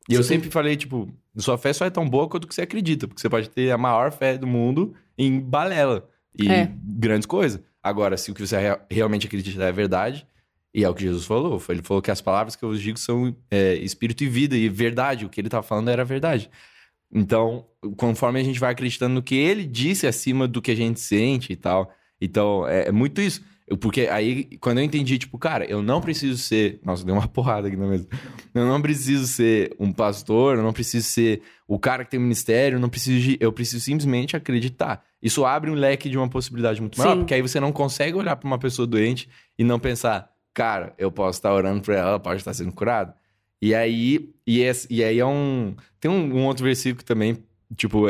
C: E eu
B: Sim.
C: sempre falei, tipo, sua fé só é tão boa quanto que você acredita. Porque você pode ter a maior fé do mundo em balela e grandes coisas. Agora, se o que você realmente acredita é verdade, e é o que Jesus falou. Ele falou que as palavras que eu vos digo são espírito e vida, e verdade. O que ele tava falando era verdade. Então, conforme a gente vai acreditando no que ele disse acima do que a gente sente e tal. Então, é muito isso. Porque aí, quando eu entendi, tipo, cara, eu não preciso ser... Nossa, deu uma porrada aqui na mesa. Eu não preciso ser um pastor, eu não preciso ser o cara que tem ministério, eu preciso simplesmente acreditar. Isso abre um leque de uma possibilidade muito maior,
B: Sim.
C: porque aí você não consegue olhar pra uma pessoa doente e não pensar, cara, eu posso estar orando por ela pode estar sendo curada. E aí é um... Tem um outro versículo também, tipo,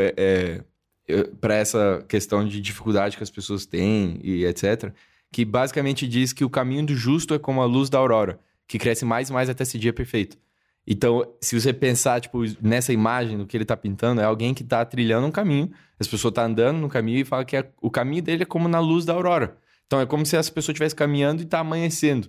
C: para essa questão de dificuldade que as pessoas têm e etc., que basicamente diz que o caminho do justo é como a luz da aurora, que cresce mais e mais até esse dia perfeito. Então, se você pensar, tipo, nessa imagem do que ele tá pintando, é alguém que tá trilhando um caminho, as pessoas tá andando no caminho e fala que o caminho dele é como na luz da aurora. Então, é como se essa pessoa estivesse caminhando e tá amanhecendo.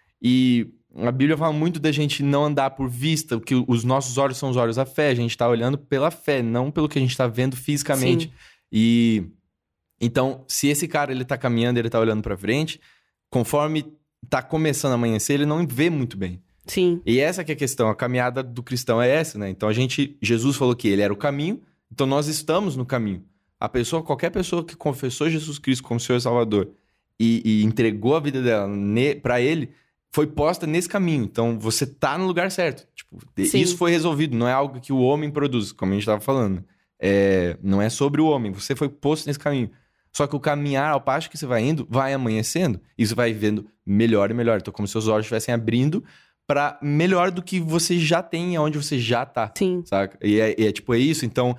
C: E a Bíblia fala muito da gente não andar por vista, que os nossos olhos são os olhos da fé, a gente tá olhando pela fé, não pelo que a gente tá vendo fisicamente.
B: Sim.
C: E então, se esse cara ele tá caminhando, ele tá olhando pra frente, conforme tá começando a amanhecer, ele não vê muito bem.
B: Sim.
C: E essa que é a questão, a caminhada do cristão é essa, né? Então Jesus falou que ele era o caminho, então nós estamos no caminho. Qualquer pessoa que confessou Jesus Cristo como Senhor e Salvador e entregou a vida dela pra ele, foi posta nesse caminho. Então você tá no lugar certo. Tipo,
B: Sim.
C: isso foi resolvido, não é algo que o homem produz, como a gente tava falando. Não é sobre o homem, você foi posto nesse caminho. Só que o caminhar ao passo que você vai indo, vai amanhecendo, e você vai vendo melhor e melhor. Então, como se seus olhos estivessem abrindo para melhor do que você já tem, aonde você já tá.
B: Sim.
C: Saca? E tipo, é isso. Então,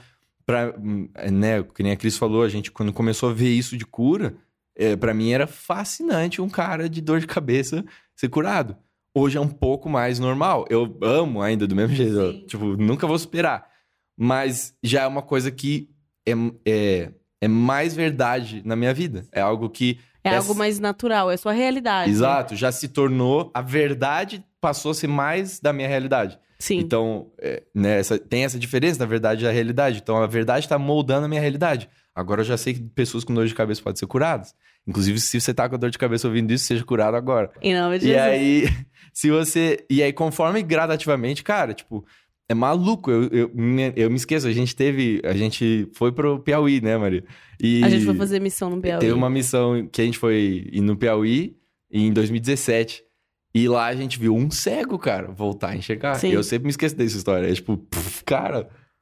C: né, que nem a Cris falou, a gente quando começou a ver isso de cura, pra mim era fascinante um cara de dor de cabeça ser curado. Hoje é um pouco mais normal. Eu amo ainda do mesmo jeito. Eu, tipo, nunca vou superar. Mas já é uma coisa que é mais verdade na minha vida. É algo que...
B: É algo mais natural, é sua realidade.
C: Exato, já se tornou... A verdade passou a ser mais da minha realidade.
B: Sim.
C: Então, né, tem essa diferença da verdade e da realidade. Então, a verdade está moldando a minha realidade. Agora eu já sei que pessoas com dor de cabeça podem ser curadas. Inclusive, se você tá com dor de cabeça ouvindo isso, seja curado agora.
B: Em nome de
C: E
B: Jesus.
C: aí, conforme gradativamente, cara, tipo... É maluco, eu me esqueço, a gente foi pro Piauí, né, Maria? E
B: A gente foi fazer missão no Piauí.
C: teve uma missão que a gente foi ir no Piauí em 2017. E lá a gente viu um cego, cara, voltar a enxergar.
B: Sim.
C: E eu sempre me esqueço dessa história. É tipo, cara,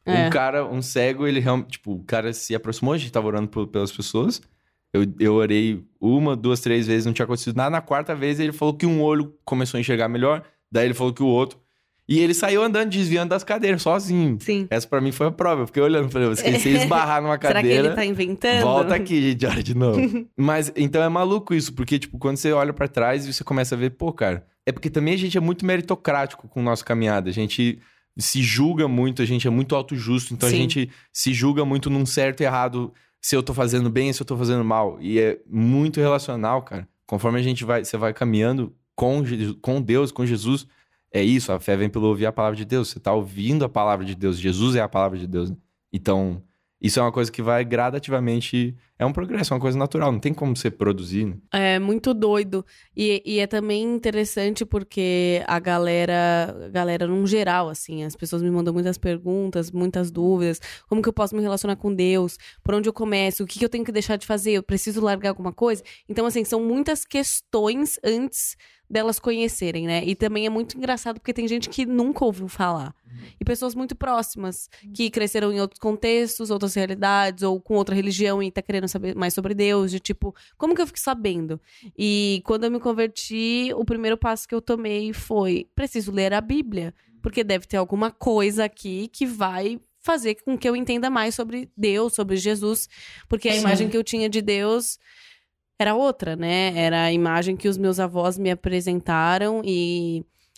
C: um cego, ele realmente, tipo, o cara se aproximou, a gente tava orando pelas pessoas. Eu orei 1, 2, 3 vezes, não tinha acontecido nada. Na 4ª vez ele falou que um olho começou a enxergar melhor, daí ele falou que o outro. E ele saiu andando, desviando das cadeiras, sozinho.
B: Sim.
C: Essa pra mim foi a prova. Eu fiquei olhando, falei, se você esbarrar numa
B: Será
C: cadeira...
B: que ele tá inventando?
C: Volta aqui, gente, olha de novo. Mas, então é maluco isso, porque, tipo, quando você olha pra trás e você começa a ver, pô, cara... É porque também a gente é muito meritocrático com a nossa caminhada. A gente se julga muito, a gente é muito autojusto. Então,
B: Sim.
C: a gente se julga muito num certo e errado, se eu tô fazendo bem, se eu tô fazendo mal. E é muito relacional, cara. Conforme você vai caminhando com Deus, com Jesus... É isso, a fé vem pelo ouvir a palavra de Deus. Você tá ouvindo a palavra de Deus. Jesus é a palavra de Deus, né? Então, isso é uma coisa que vai gradativamente... É um progresso, é uma coisa natural. Não tem como você produzir, né?
B: É muito doido. E é também interessante porque a galera num geral, assim, as pessoas me mandam muitas perguntas, muitas dúvidas. Como que eu posso me relacionar com Deus? Por onde eu começo? O que eu tenho que deixar de fazer? Eu preciso largar alguma coisa? Então, assim, são muitas questões antes delas conhecerem, né? E também é muito engraçado porque tem gente que nunca ouviu falar. E pessoas muito próximas, que cresceram em outros contextos, outras realidades, ou com outra religião e tá querendo saber mais sobre Deus, de tipo, como que eu fiquei sabendo? E quando eu me converti, o primeiro passo que eu tomei foi, preciso ler a Bíblia, porque deve ter alguma coisa aqui que vai fazer com que eu entenda mais sobre Deus, sobre Jesus, porque a imagem que eu tinha de Deus era outra, né? Era a imagem que os meus avós me apresentaram e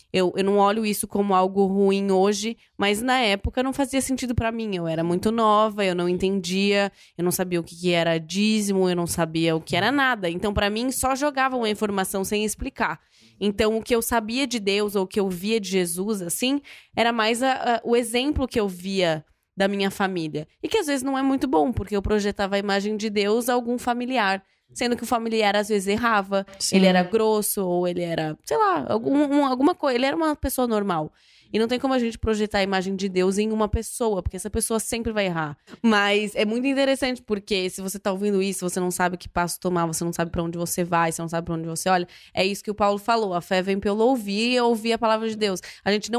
B: Eu não olho isso como algo ruim hoje, mas na época não fazia sentido pra mim. Eu era muito nova, eu não entendia, eu não sabia o que era dízimo, eu não sabia o que era nada. Então, pra mim, só jogavam a informação sem explicar. Então, o que eu sabia de Deus, ou o que eu via de Jesus, assim, era mais o exemplo que eu via da minha família. E que às vezes não é muito bom, porque eu projetava a imagem de Deus a algum familiar. Sendo que o familiar às vezes errava,
D: Sim.
B: ele era grosso, ou ele era, sei lá, alguma coisa. Ele era uma pessoa normal. E não tem como a gente projetar a imagem de Deus em uma pessoa, porque essa pessoa sempre vai errar. Mas é muito interessante, porque se você tá ouvindo isso, você não sabe que passo tomar, você não sabe pra onde você vai, você não sabe pra onde você olha. É isso que o Paulo falou, a fé vem pelo ouvir e ouvir a palavra de Deus. A gente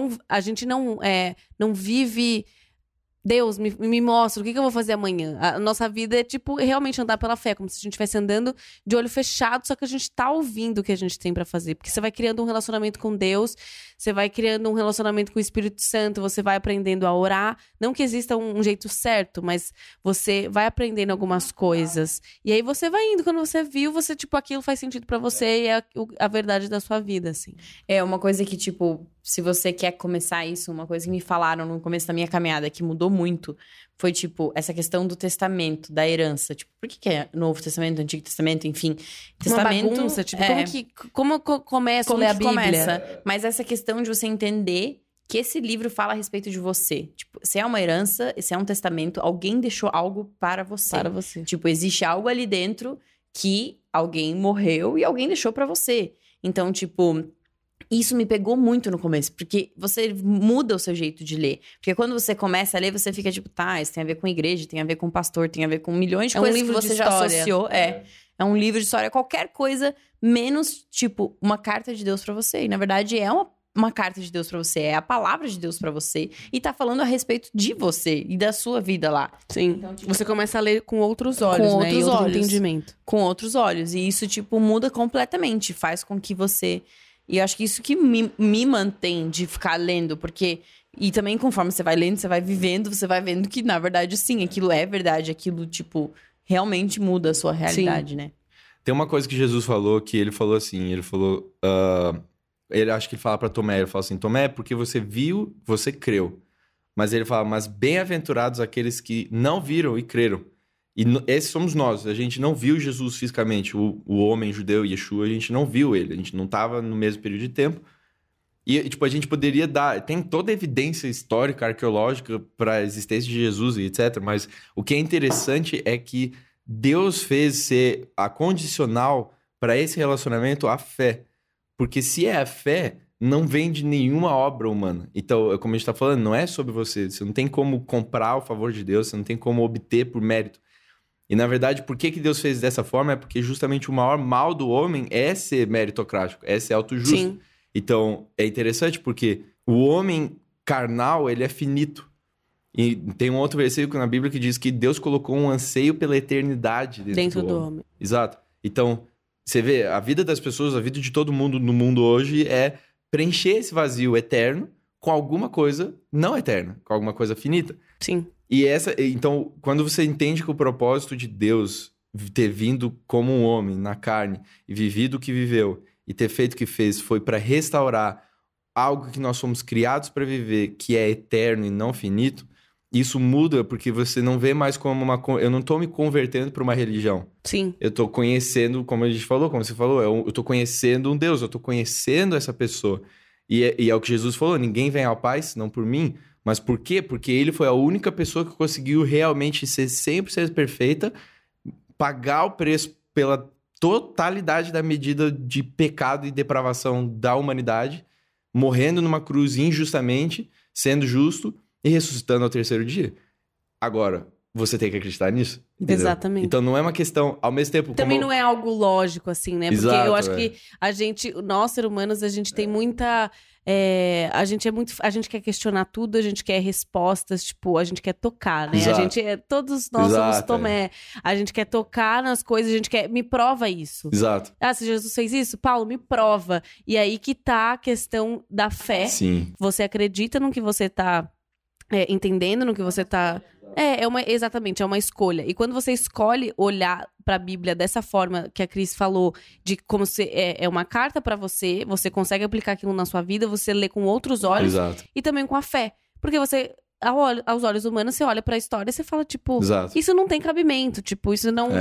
B: não vive... Deus, me mostra, o que eu vou fazer amanhã? A nossa vida é, tipo, realmente andar pela fé, como se a gente estivesse andando de olho fechado, só que a gente tá ouvindo o que a gente tem pra fazer. Porque você vai criando um relacionamento com Deus, você vai criando um relacionamento com o Espírito Santo, você vai aprendendo a orar. Não que exista um jeito certo, mas você vai aprendendo algumas coisas. E aí você vai indo, quando você viu, você, tipo, aquilo faz sentido pra você e é a verdade da sua vida, assim.
D: É uma coisa que, tipo, se você quer começar isso, uma coisa que me falaram no começo da minha caminhada, que mudou muito, foi, tipo, essa questão do testamento, da herança. Tipo, por que é Novo Testamento, Antigo Testamento, enfim. Testamento,
B: uma bagunça, tipo, como começa a ler a Bíblia?
D: Começa? Mas essa questão de você entender que esse livro fala a respeito de você. Tipo, se é uma herança, se é um testamento, alguém deixou algo para você.
B: Para você.
D: Tipo, existe algo ali dentro que alguém morreu e alguém deixou para você. Então, tipo... Isso me pegou muito no começo, porque você muda o seu jeito de ler. Porque quando você começa a ler, você fica tipo, tá, isso tem a ver com igreja, tem a ver com pastor, tem a ver com milhões de coisas que você já associou. É um livro de história, qualquer coisa, menos, tipo, uma carta de Deus pra você. E, na verdade, é uma carta de Deus pra você, é a palavra de Deus pra você. E tá falando a respeito de você e da sua vida lá.
B: Sim, então, tipo, você começa a ler com outros olhos,
D: com
B: né?
D: outros
B: e outro
D: olhos,
B: entendimento.
D: Com outros olhos. E isso, tipo, muda completamente. Faz com que você... E eu acho que isso que me mantém de ficar lendo, porque... E também, conforme você vai lendo, você vai vivendo, você vai vendo que, na verdade, sim, aquilo é verdade. Aquilo, tipo, realmente muda a sua realidade, né?
C: Tem uma coisa que Jesus falou, que ele falou assim, ele falou... ele acho que ele fala pra Tomé, ele fala assim, Tomé, porque você viu, você creu. Mas ele fala, mas bem-aventurados aqueles que não viram e creram. E esses somos nós. A gente não viu Jesus fisicamente, o homem judeu, Yeshua, a gente não viu ele. A gente não estava no mesmo período de tempo. E, tipo, a gente poderia dar... Tem toda a evidência histórica, arqueológica para a existência de Jesus e etc. Mas o que é interessante é que Deus fez ser a condicional para esse relacionamento a fé. Porque se é a fé, não vem de nenhuma obra humana. Então, como a gente está falando, não é sobre você. Você não tem como comprar o favor de Deus, você não tem como obter por mérito. E, na verdade, por que Deus fez dessa forma? É porque justamente o maior mal do homem é ser meritocrático, é ser autojusto.
B: Sim.
C: Então, é interessante porque o homem carnal, ele é finito. E tem um outro versículo na Bíblia que diz que Deus colocou um anseio pela eternidade dentro do homem. Exato. Então, você vê, a vida das pessoas, a vida de todo mundo no mundo hoje é preencher esse vazio eterno com alguma coisa não eterna, com alguma coisa finita.
B: Sim.
C: E então, quando você entende que o propósito de Deus ter vindo como um homem na carne e vivido o que viveu e ter feito o que fez foi para restaurar algo que nós fomos criados para viver, que é eterno e não finito, isso muda porque você não vê mais como eu não tô me convertendo para uma religião.
B: Sim.
C: Eu tô conhecendo, como a gente falou, como você falou, eu tô conhecendo um Deus, eu tô conhecendo essa pessoa. E é o que Jesus falou, ninguém vem ao Pai senão por mim. Mas por quê? Porque ele foi a única pessoa que conseguiu realmente ser 100% perfeita, pagar o preço pela totalidade da medida de pecado e depravação da humanidade, morrendo numa cruz injustamente, sendo justo e ressuscitando ao terceiro dia. Agora, você tem que acreditar nisso? Entendeu?
B: Exatamente.
C: Então não é uma questão, ao mesmo tempo...
B: Também não é algo lógico, assim, né? Porque
C: Exato,
B: eu acho que nós, seres humanos, a gente tem muita... a gente quer questionar tudo, a gente quer respostas, tipo, a gente quer tocar, né?
C: Exato.
B: Todos nós somos Tomé. A gente quer tocar nas coisas, a gente quer... Me prova isso.
C: Exato.
B: Ah, se Jesus fez isso, Paulo, me prova. E aí que tá a questão da fé.
C: Sim.
B: Você acredita no que você tá entendendo no que você tá... Exatamente, é uma escolha. E quando você escolhe olhar pra Bíblia dessa forma que a Cris falou, de como se é uma carta pra você, você consegue aplicar aquilo na sua vida, você lê com outros olhos
C: Exato.
B: e também com a fé. Porque você, aos olhos humanos, você olha pra história e você fala, tipo,
C: Exato.
B: isso não tem cabimento, tipo, isso não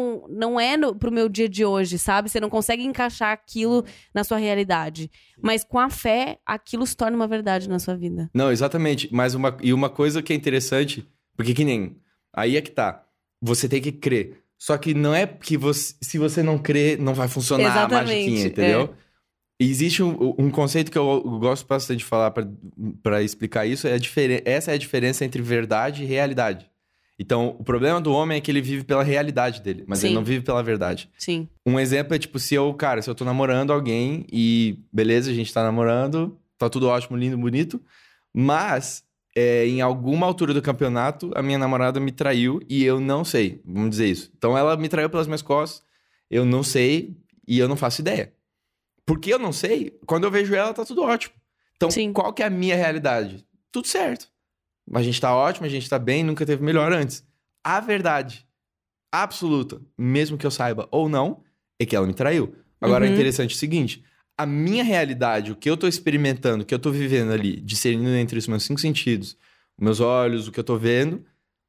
B: é pro meu dia de hoje, sabe? Você não consegue encaixar aquilo na sua realidade. Mas com a fé, aquilo se torna uma verdade na sua vida.
C: Não, exatamente. Mas uma coisa que é interessante, porque que nem... Aí é que tá. Você tem que crer. Só que não é que se você não crer, não vai funcionar
B: Exatamente,
C: a magiquinha, entendeu? E existe um conceito que eu gosto bastante de falar pra explicar isso. Essa é a diferença entre verdade e realidade. Então, o problema do homem é que ele vive pela realidade dele, mas ele não vive pela verdade.
B: Sim.
C: Um exemplo é tipo, se eu tô namorando alguém e beleza, a gente tá namorando, tá tudo ótimo, lindo, bonito, mas em alguma altura do campeonato, a minha namorada me traiu e eu não sei, vamos dizer isso. Então ela me traiu pelas minhas costas, eu não sei e eu não faço ideia. Porque eu não sei, quando eu vejo ela, tá tudo ótimo. Então, qual que é a minha realidade? Tudo certo. A gente tá ótimo, a gente tá bem, nunca teve melhor antes. A verdade absoluta, mesmo que eu saiba ou não, é que ela me traiu. Agora, é interessante o seguinte, a minha realidade, o que eu tô experimentando, o que eu tô vivendo ali, discernindo entre os meus 5 sentidos, meus olhos, o que eu tô vendo,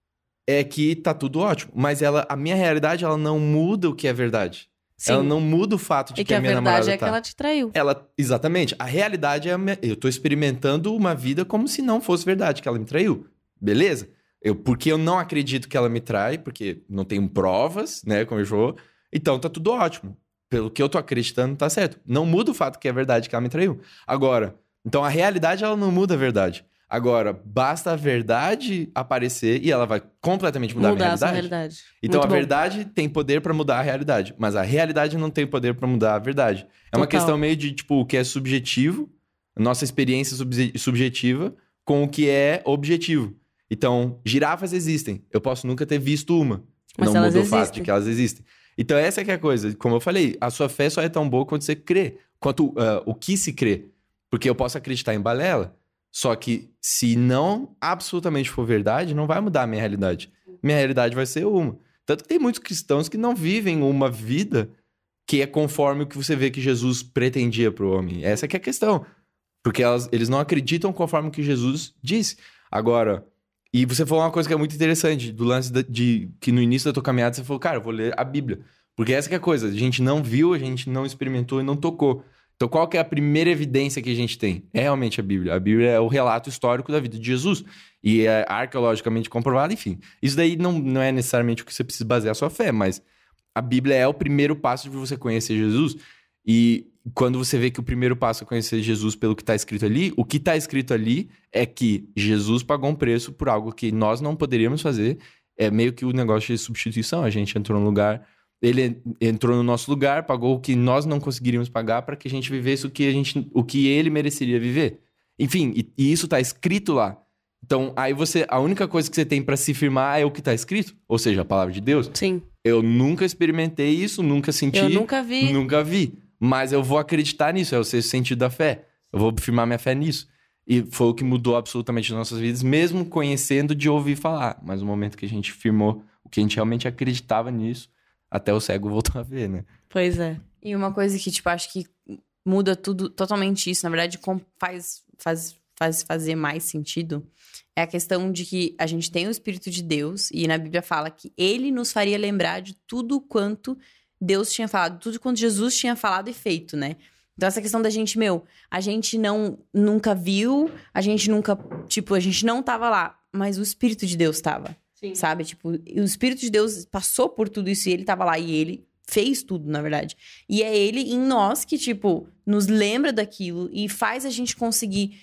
C: é que tá tudo ótimo. Mas a minha realidade, ela não muda o que é verdade. Sim. Ela não muda o fato de que a minha namorada tá...
B: E que a verdade é que ela te traiu.
C: Exatamente. A realidade é... Eu tô experimentando uma vida como se não fosse verdade, que ela me traiu. Beleza? Porque eu não acredito que ela me trai, porque não tenho provas, né, como eu vou. Então tá tudo ótimo. Pelo que eu tô acreditando, tá certo. Não muda o fato que é verdade que ela me traiu. Agora, então a realidade, ela não muda a verdade. Agora, basta a verdade aparecer e ela vai completamente mudar a minha realidade.
B: A realidade.
C: Então,
B: Muito
C: a verdade tem poder pra mudar a realidade, mas a realidade não tem poder pra mudar a verdade. É uma questão meio de, tipo, o que é subjetivo, nossa experiência subjetiva, com o que é objetivo. Então, girafas existem. Eu posso nunca ter visto uma.
B: Mas
C: não muda o fato de que elas existem. Então, essa que é a coisa. Como eu falei, a sua fé só é tão boa quanto você crê. Quanto o que se crê. Porque eu posso acreditar em balela, só que se não absolutamente for verdade, não vai mudar a minha realidade. Minha realidade vai ser uma. Tanto que tem muitos cristãos que não vivem uma vida que é conforme o que você vê que Jesus pretendia para o homem. Essa que é a questão. Porque eles não acreditam conforme o que Jesus disse. Agora, e você falou uma coisa que é muito interessante, do lance de que no início da tua caminhada você falou, cara, eu vou ler a Bíblia. Porque essa que é a coisa, a gente não viu, a gente não experimentou e não tocou. Então, qual que é a primeira evidência que a gente tem? É realmente a Bíblia. A Bíblia é o relato histórico da vida de Jesus. E é arqueologicamente comprovado, enfim. Isso daí não é necessariamente o que você precisa basear a sua fé, mas a Bíblia é o primeiro passo de você conhecer Jesus. E quando você vê que o primeiro passo é conhecer Jesus pelo que está escrito ali, o que está escrito ali é que Jesus pagou um preço por algo que nós não poderíamos fazer. É meio que o negócio de substituição. A gente entrou no lugar... Ele entrou no nosso lugar, pagou o que nós não conseguiríamos pagar para que a gente vivesse o que ele mereceria viver. Enfim, e isso tá escrito lá. Então, aí a única coisa que você tem para se firmar é o que tá escrito, ou seja, a palavra de Deus.
B: Sim.
C: Eu nunca experimentei isso, nunca senti.
B: Eu nunca vi.
C: Nunca vi. Mas eu vou acreditar nisso, é o sexto sentido da fé. Eu vou firmar minha fé nisso. E foi o que mudou absolutamente as nossas vidas, mesmo conhecendo de ouvir falar. Mas no momento que a gente firmou o que a gente realmente acreditava nisso, até o cego voltou a ver, né?
B: Pois é.
D: E uma coisa que, tipo, acho que muda tudo, totalmente isso. Na verdade, faz fazer mais sentido é a questão de que a gente tem o Espírito de Deus e na Bíblia fala que ele nos faria lembrar de tudo quanto Deus tinha falado, tudo quanto Jesus tinha falado e feito, né? Então, essa questão da gente, a gente nunca viu, a gente nunca, tipo, a gente não tava lá, mas o Espírito de Deus tava. Sim. Sabe? Tipo, o Espírito de Deus passou por tudo isso e ele tava lá. E ele fez tudo, na verdade. E é ele em nós que, tipo, nos lembra daquilo e faz a gente conseguir,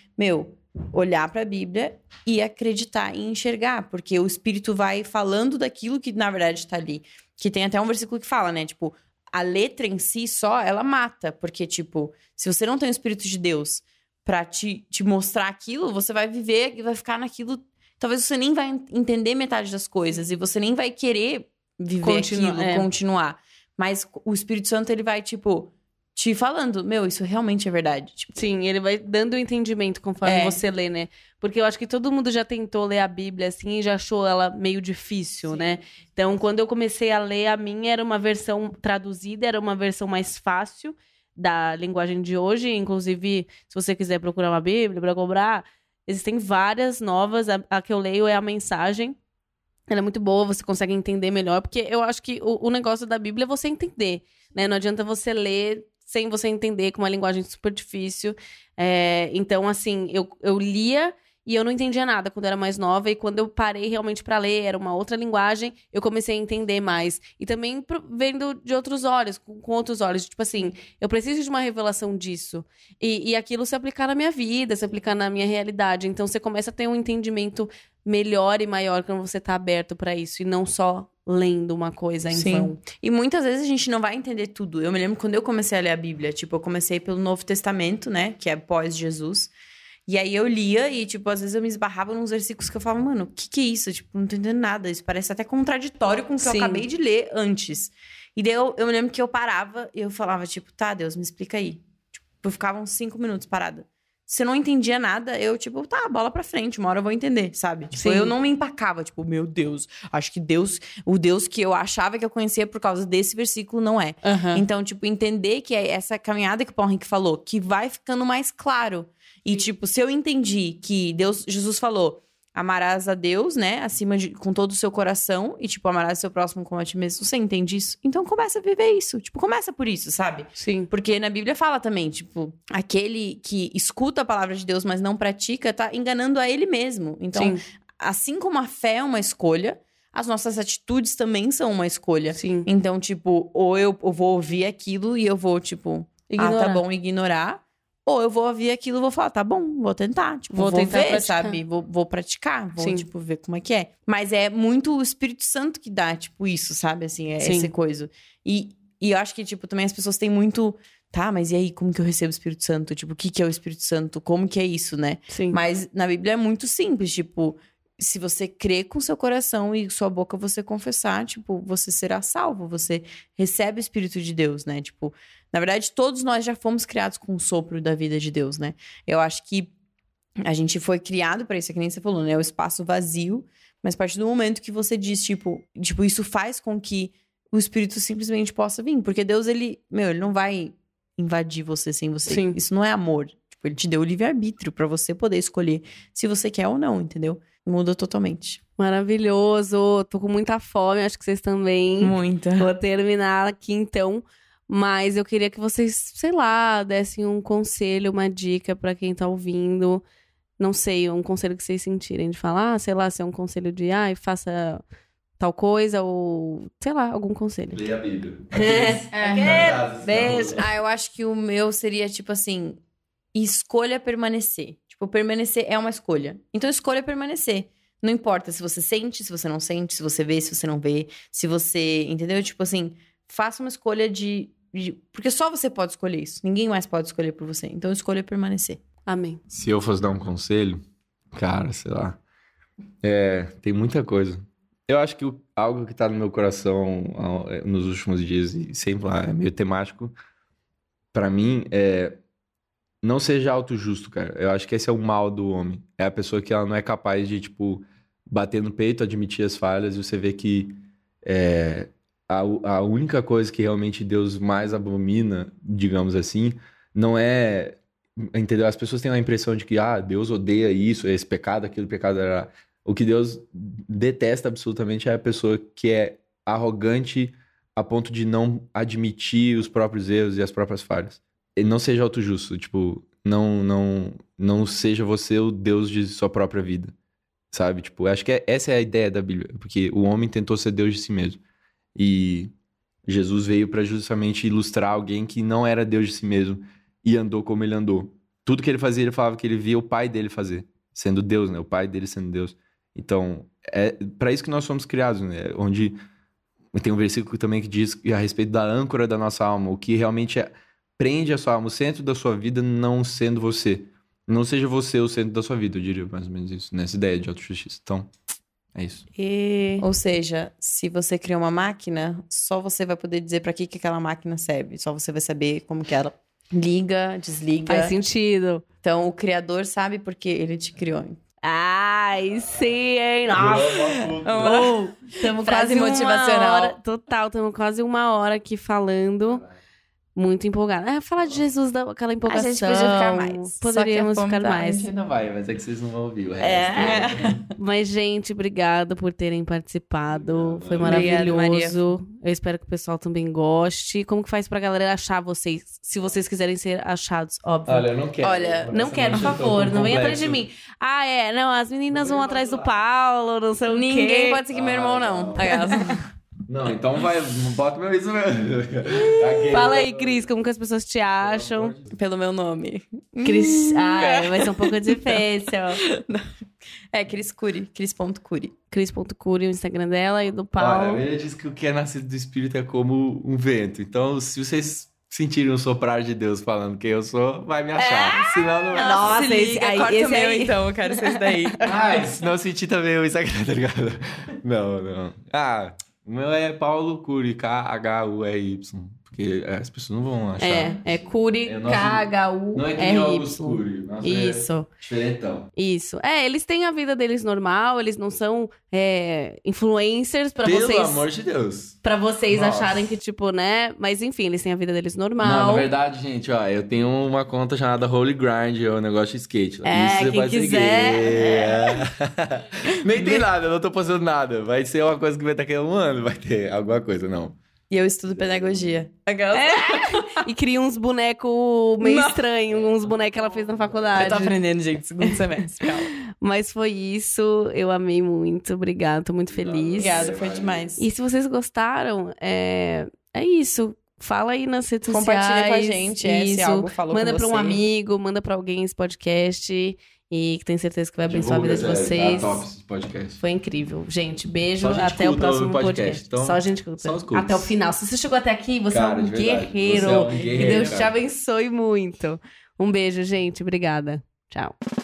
D: olhar pra Bíblia e acreditar e enxergar. Porque o Espírito vai falando daquilo que, na verdade, tá ali. Que tem até um versículo que fala, né? Tipo, a letra em si só, ela mata. Porque, tipo, se você não tem o Espírito de Deus pra te mostrar aquilo, você vai viver e vai ficar naquilo... Talvez você nem vai entender metade das coisas e você nem vai querer viver continuar. Mas o Espírito Santo, ele vai, tipo, te falando, meu, isso realmente é verdade. Tipo,
B: Sim, ele vai dando o entendimento conforme
D: É.
B: você lê, né? Porque eu acho que todo mundo já tentou ler a Bíblia assim e já achou ela meio difícil, né? Então, quando eu comecei a ler, a minha era uma versão traduzida, era uma versão mais fácil da linguagem de hoje. Inclusive, se você quiser procurar uma Bíblia para comprar, existem várias novas. A que eu leio é a Mensagem. Ela é muito boa, você consegue entender melhor, porque eu acho que o negócio da Bíblia é você entender, né? Não adianta você ler sem você entender, com uma linguagem super difícil. Então, assim, eu lia e eu não entendia nada quando eu era mais nova, e quando eu parei realmente pra ler, era uma outra linguagem, eu comecei a entender mais. E também vendo de outros olhos, com outros olhos. Tipo assim, eu preciso de uma revelação disso. E aquilo se aplicar na minha vida, se aplicar na minha realidade. Então, você começa a ter um entendimento melhor e maior quando você tá aberto pra isso, e não só lendo uma coisa em vão.
D: E muitas vezes a gente não vai entender tudo. Eu me lembro quando eu comecei a ler a Bíblia, tipo, eu comecei pelo Novo Testamento, né, que é pós-Jesus. E aí eu lia e, tipo, às vezes eu me esbarrava nos versículos que eu falava, mano, o que é isso? Tipo, não tô entendendo nada. Isso parece até contraditório com o que eu
B: Sim.
D: acabei de ler antes. E daí eu me lembro que eu parava e eu falava, tipo, tá, Deus, me explica aí. Tipo, eu ficava uns 5 minutos parada. Se eu não entendia nada, eu, tipo, tá, bola pra frente, uma hora eu vou entender, sabe? Tipo,
B: Sim.
D: eu não me empacava, tipo, meu Deus, acho que Deus, o Deus que eu achava que eu conhecia por causa desse versículo não é.
B: Aham.
D: Então, tipo, entender que é essa caminhada que o Paulo Henrique falou, que vai ficando mais claro. E, tipo, se eu entendi que Jesus falou, amarás a Deus, né, com todo o seu coração, e, tipo, amarás o seu próximo como a ti mesmo, você entende isso? Então, começa a viver isso. Tipo, começa por isso, sabe?
B: Sim.
D: Porque na Bíblia fala também, tipo, aquele que escuta a palavra de Deus, mas não pratica, tá enganando a ele mesmo. Então,
B: Sim.
D: assim como a fé é uma escolha, as nossas atitudes também são uma escolha.
B: Sim.
D: Então, tipo, ou eu vou ouvir aquilo e eu vou, tipo,
B: Ignorar.
D: tá bom, ignorar. Ou eu vou ouvir aquilo e vou falar, tá bom, vou tentar. Tipo,
B: Vou
D: vou
B: tentar
D: ver,
B: praticar.
D: sabe? Vou praticar, vou,
B: Sim.
D: tipo, ver como é que é. Mas é muito o Espírito Santo que dá, tipo, isso, sabe? Assim,
B: Sim.
D: essa coisa. E eu acho que, tipo, também as pessoas têm muito... Tá, mas e aí, como que eu recebo o Espírito Santo? Tipo, o que é o Espírito Santo? Como que é isso, né?
B: Sim.
D: Mas na Bíblia é muito simples, tipo... Se você crer com seu coração e sua boca você confessar, tipo, você será salvo. Você recebe o Espírito de Deus, né? Tipo, na verdade, todos nós já fomos criados com o sopro da vida de Deus, né? Eu acho que a gente foi criado para isso, é que nem você falou, né? O espaço vazio. Mas a partir do momento que você diz, tipo, isso faz com que o Espírito simplesmente possa vir. Porque Deus, ele não vai invadir você sem você.
B: Sim.
D: Isso não é amor. Tipo, ele te deu o livre-arbítrio pra você poder escolher se você quer ou não, entendeu? Muda totalmente.
B: Maravilhoso. Tô com muita fome, acho que vocês também.
D: Muita.
B: Vou terminar aqui então. Mas eu queria que vocês, sei lá, dessem um conselho, uma dica pra quem tá ouvindo. Não sei, um conselho que vocês sentirem de falar, sei lá, se é um conselho de, faça tal coisa, ou sei lá, algum conselho.
C: Leia a Bíblia.
B: Beijo.
D: Eu acho que o meu seria, tipo assim, escolha permanecer. Tipo, permanecer é uma escolha. Então, escolha permanecer. Não importa se você sente, se você não sente, se você vê, se você não vê, se você... Entendeu? Tipo assim, faça uma escolha de... Porque só você pode escolher isso. Ninguém mais pode escolher por você. Então, escolha permanecer.
B: Amém.
C: Se eu fosse dar um conselho, cara, sei lá. Tem muita coisa. Eu acho que algo que tá no meu coração nos últimos dias, e sempre lá, é meio temático, pra mim, não seja autojusto, cara. Eu acho que esse é o mal do homem. É a pessoa que ela não é capaz de, tipo, bater no peito, admitir as falhas, e você vê que a única coisa que realmente Deus mais abomina, digamos assim, não é... Entendeu? As pessoas têm a impressão de que, Deus odeia isso, esse pecado, aquele pecado. O que Deus detesta absolutamente é a pessoa que é arrogante a ponto de não admitir os próprios erros e as próprias falhas. E não seja autojusto, tipo, não seja você o Deus de sua própria vida, sabe? Tipo, acho que essa é a ideia da Bíblia, porque o homem tentou ser Deus de si mesmo. E Jesus veio para justamente ilustrar alguém que não era Deus de si mesmo e andou como ele andou. Tudo que ele fazia, ele falava que ele via o pai dele fazer, sendo Deus, né? O pai dele sendo Deus. Então, é para isso que nós somos criados, né? Onde tem um versículo também que diz a respeito da âncora da nossa alma, o que realmente prende a sua alma, o centro da sua vida não sendo você. Não seja você o centro da sua vida, eu diria mais ou menos isso, nessa ideia de autojustiça. Então, É isso.
D: Ou seja, se você criou uma máquina, só você vai poder dizer pra que aquela máquina serve. Só você vai saber como que ela liga, desliga.
B: Faz sentido.
D: Então, o criador sabe porque ele te criou.
B: Ai, sim, hein? Nossa! Estamos
D: Frase
B: quase
D: motivacional.
B: uma hora. Total, estamos quase uma hora aqui falando. Muito empolgada. Falar de Jesus, aquela empolgação.
D: A gente podia ficar mais.
B: Poderíamos
D: Só que a
B: ficar
D: fome tá
B: mais.
C: Ainda vai, mas é que vocês não vão ouvir o resto.
B: Mas, gente, obrigada por terem participado. Foi
D: Obrigada,
B: maravilhoso. Eu espero que o pessoal também goste. Como que faz pra galera achar vocês? Se vocês quiserem ser achados, óbvio.
C: Olha, eu não quero.
D: Olha,
B: Não quero, por favor, não venha atrás de mim. Não, as meninas vão atrás do Paulo, não sei o quê.
D: Ninguém pode seguir meu irmão, não.
C: Não, então vai, bota meu isso mesmo.
B: Fala aí, Cris, como que as pessoas te acham?
D: Pelo meu nome.
B: Cris, vai ser um pouco difícil.
D: É, Cris Curi, Cris.Curi.
B: Cris.Curi, o Instagram dela e do Paulo.
C: Olha, ele disse que o que é nascido do Espírito é como um vento. Então, se vocês sentirem o soprar de Deus falando quem eu sou, vai me achar. Senão não vai.
B: Nossa,
D: se liga, corta
B: esse
D: o meu,
B: aí.
D: então. Eu quero ser esse daí.
C: Se não sentir também o Instagram, tá ligado? Não. O meu é Paulo Curi, K-H-U-R-Y. Porque as pessoas não vão achar.
B: É Curi,
C: É, nosso-
B: K-H-U-R-Y.
C: Não é que nem Augusto Curi. Nosso
B: Isso.
C: É diferentão.
B: Isso. Eles têm a vida deles normal, eles não são influencers pra
C: Pelo
B: vocês.
C: amor de Deus.
B: Pra vocês
C: Nossa.
B: acharem que, tipo, né? Mas enfim, eles têm a vida deles normal.
C: Não, na verdade, gente, eu tenho uma conta chamada Holy Grind, é um negócio de skate.
B: É,
C: Isso você
B: quem
C: pode
B: quiser.
C: seguir. Nem tem nada, eu não tô postando nada. Vai ser uma coisa que vai estar aqui um ano, vai ter alguma coisa, não.
D: E eu estudo pedagogia.
B: E cria uns bonecos meio estranhos, uns bonecos que ela fez na faculdade.
D: Eu tô aprendendo, gente, segundo semestre. Calma.
B: Mas foi isso, eu amei muito, obrigada, tô muito feliz.
D: Obrigada, foi demais.
B: E se vocês gostaram, é isso. Fala aí nas redes
D: Compartilha
B: sociais.
D: com a gente, se
B: isso.
D: algo falou
B: Manda
D: com
B: pra um
D: você.
B: amigo, manda pra alguém esse podcast. E que tenho certeza que vai abençoar a vida de
C: Divulga,
B: vocês.
C: Tá top esse podcast.
B: Foi incrível. Gente, beijo.
C: Só gente
B: Até o
C: culta
B: próximo
C: no
B: podcast.
C: podcast, então,
B: Só a gente culta.
C: só os cultos.
B: Até o final. Se você chegou até aqui, você
C: Cara,
B: é um
C: de verdade.
B: guerreiro.
C: Você é um
B: Que
C: guerreiro,
B: Deus te
C: cara.
B: abençoe muito. Um beijo, gente. Obrigada. Tchau.